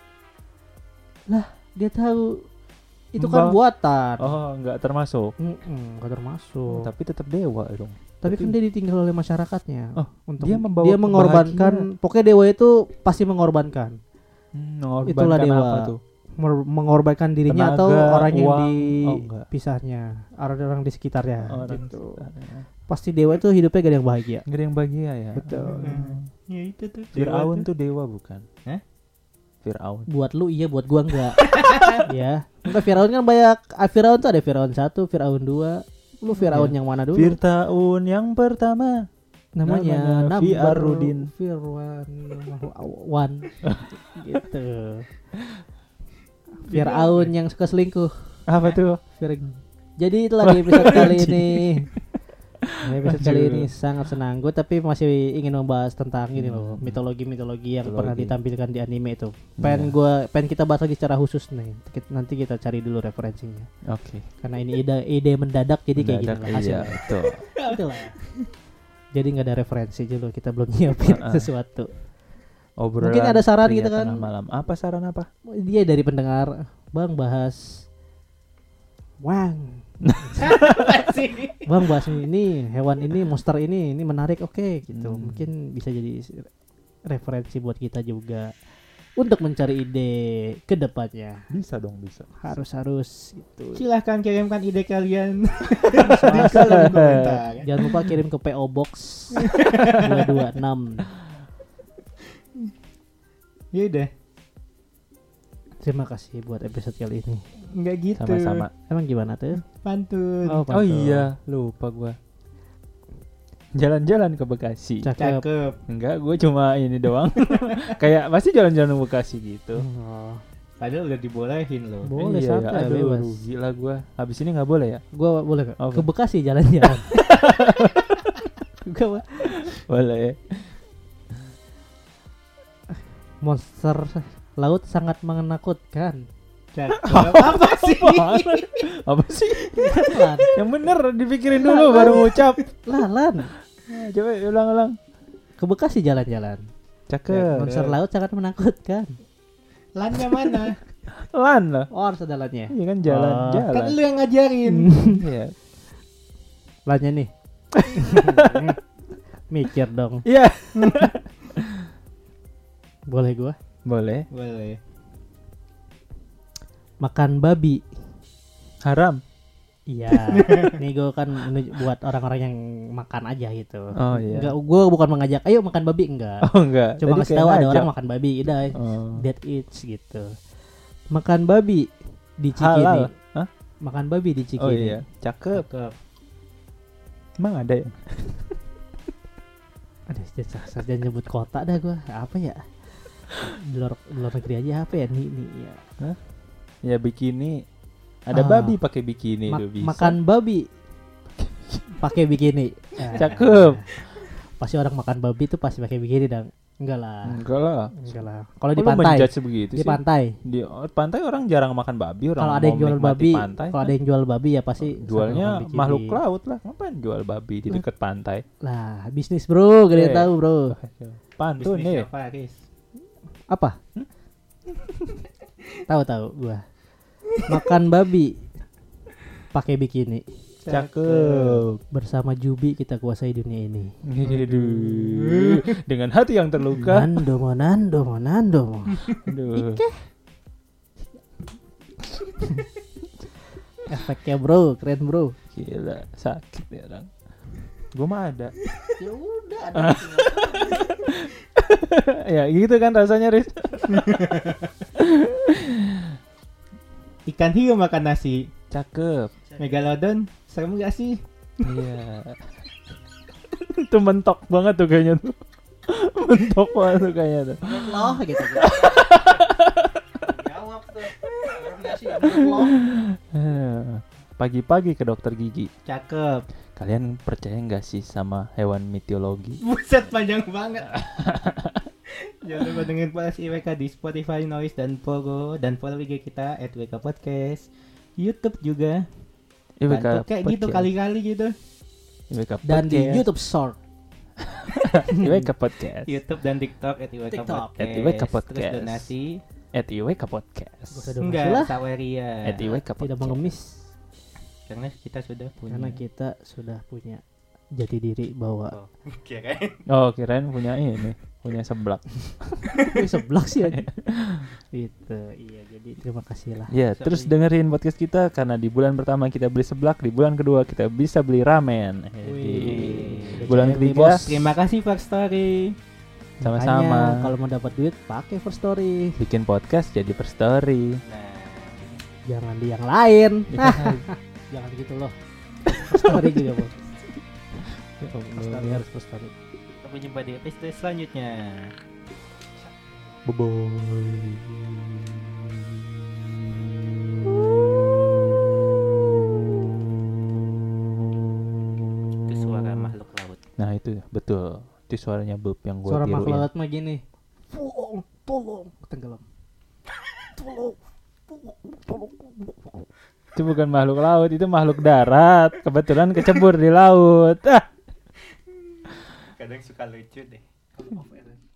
Dia tahu itu kan buatan. Oh, enggak termasuk. Gak termasuk. Tapi tetap dewa dong. Tapi kan dia ditinggal oleh masyarakatnya. Oh, untuk dia membawa dia mengorbankan. Pokoknya dewa itu pasti mengorbankan. Itulah dewa. Apa tuh? Mengorbankan dirinya Tenaga, atau orang yang uang. di Enggak. pisahnya, orang di sekitarnya. Orang Gitu. sekitarnya. Pasti dewa itu hidupnya gak ada yang bahagia. Nggak ada yang bahagia ya. Betul. Ya itu tuh. Firaun tuh dewa bukan? Hah? Firaun. Buat lu iya, buat gua enggak. Ya. Enggak, Firaun kan banyak. Firaun tuh ada Firaun 1, Firaun 2. Lu Firaun yang mana dulu? Fir'aun yang pertama. Namanya Fir'arudin. Firwan Wan. Gitu. Firaun yang suka selingkuh. Apa tuh? Jadi itulah di episode kali ini. Episode kali ini sangat senang. Gue tapi masih ingin membahas tentang ini loh, mitologi yang pernah ditampilkan di anime itu. Pengen kita bahas lagi secara khusus nih. Nanti kita cari dulu referensinya. Oke. Karena ini ide mendadak jadi kayak gini lah Iya, hasilnya. betul. Itulah. Jadi nggak ada referensi dulu, kita belum nyiapin sesuatu. Obrolan Mungkin ada saran pria gitu kan? tengah malam. Apa saran apa? Dia dari pendengar, Bang bahas Bang bahas ini hewan ini, monster ini menarik, oke gitu. Mungkin bisa jadi referensi buat kita juga untuk mencari ide ke depannya. Bisa dong, bisa. Harus gitu. Silahkan kirimkan ide kalian. Di kolom komentar. Jangan lupa kirim ke PO Box 226. Ya udah. Terima kasih buat episode kali ini. Enggak gitu. Sama-sama. Emang gimana tuh? Pantun. Oh pantun. iya, lupa gua. Jalan-jalan ke Bekasi. Cakep. Cakep. Enggak, gue cuma ini doang. Kayak masih jalan-jalan ke Bekasi gitu. Oh, Padahal udah dibolehin loh. boleh Iya, santai aduh, bebas. rugi lah gue. Habis ini nggak boleh ya? Gua boleh gak? Oh, Ke Bekasi jalan-jalan. Gua Boleh. monster laut sangat menakutkan. Cakep. Apa sih? Apa sih? Lan, Yang bener dipikirin dulu baru ngucap. Lan. Nah, coba ulang-ulang. Ke Bekasi jalan-jalan. Cakep. Monster laut sangat menakutkan. Lannya mana? Lan lah. Oh, harus ada lannya. Iya kan jalan-jalan. Kan lu yang ngajarin. Iya. Lannya nih. Mikir dong. Iya. Boleh gua? Boleh. Boleh. Makan babi. Haram. Iya. Nih gua kan buat orang-orang yang makan aja gitu. Oh iya. Enggak, gua bukan mengajak ayo makan babi, enggak. Oh enggak. Cuma Tadi ngasih kayak tahu ada ngajak. orang makan babi, udah. Oh. That eats gitu. Makan babi di Cikini. Halal. Hah? Makan babi di Cikini. Oh iya. Cakep. Cakep. Emang ada ya? Aduh, jangan nyebut kota dah gua. Apa ya? Di luar negeri aja apa ya? Nih ya. Ya bikini. Ada Ah. babi pakai bikini tuh bisa. Makan babi pakai bikini. Cakep. Pasti orang makan babi tuh pasti pakai bikini dong. Enggak lah. Enggak lah. Enggak lah. Kalau Kok di lu pantai. menjudge begitu Di sih? pantai. Di pantai orang jarang makan babi, orang Kalau ada yang mau jual menikmati babi, pantai. kalau ada yang jual babi ya pasti Jualnya sama bicili. makhluk laut lah. Ngapain jual babi di dekat pantai? Lah, bisnis bro, gak ada yang Eh. tahu bro. Pantun Bisnis nih. siapa, Riz? Apa? Tahu gua. Makan babi pakai bikini. Cakep. Bersama Jubi kita kuasai dunia ini. Aduh. Dengan hati yang terluka. Nando. Aduh. Efeknya bro, keren bro. Gila, sakit ya orang. Gua mah ada. Ya udah. Ya gitu kan rasanya, Riz. Ikan hiu makan nasi. Cakep. Megalodon, serem gak sih? Iya. Itu mentok banget tuh kayaknya tuh. Mentok banget tuh kayaknya tuh. Loh gitu. Jawab tuh. Pagi-pagi ke dokter gigi. Cakep. Kalian percaya nggak sih sama hewan mitologi? Buset, panjang banget. Jangan lupa dengerin podcast IWK di Spotify, Noise, dan Pogo. Dan follow IG kita @IWK Podcast. YouTube juga. Bantu kayak gitu kali-kali gitu. IWK Dan di Podcast. YouTube Short. IWK Podcast. YouTube dan TikTok @IWK TikTok. Podcast. @IWK Terus Podcast. donasi. @IWK Podcast. Gak usah donasi Enggak, lah. Saweria. @IWK Tidak Podcast. mengemis. Karena kita sudah punya. Karena kita sudah punya jati diri bahwa Kirain. Oh, kirain punya ini, punya seblak. Wih, seblak sih aja. Itu iya, jadi terima kasih lah. Ya, terus dengerin podcast kita karena di bulan pertama kita beli seblak, di bulan kedua kita bisa beli ramen. Di bulan Udah ketiga bos. Terima kasih First Story. sama-sama Makanya kalau mau dapat duit pakai First Story. bikin podcast jadi per story. Nah, Jangan di yang lain. Jangan gitu loh. First Story juga, Bos. Ini harus First Story. sampai jumpa di episode selanjutnya. Itu suara makhluk laut. Nah itu betul, itu suaranya Bob yang gue Suara makhluk tiruin. laut mah gini. Tolong, tenggelam. Itu bukan makhluk laut, itu makhluk darat. Kebetulan kecebur di laut. Ah. Kadang suka lucu deh.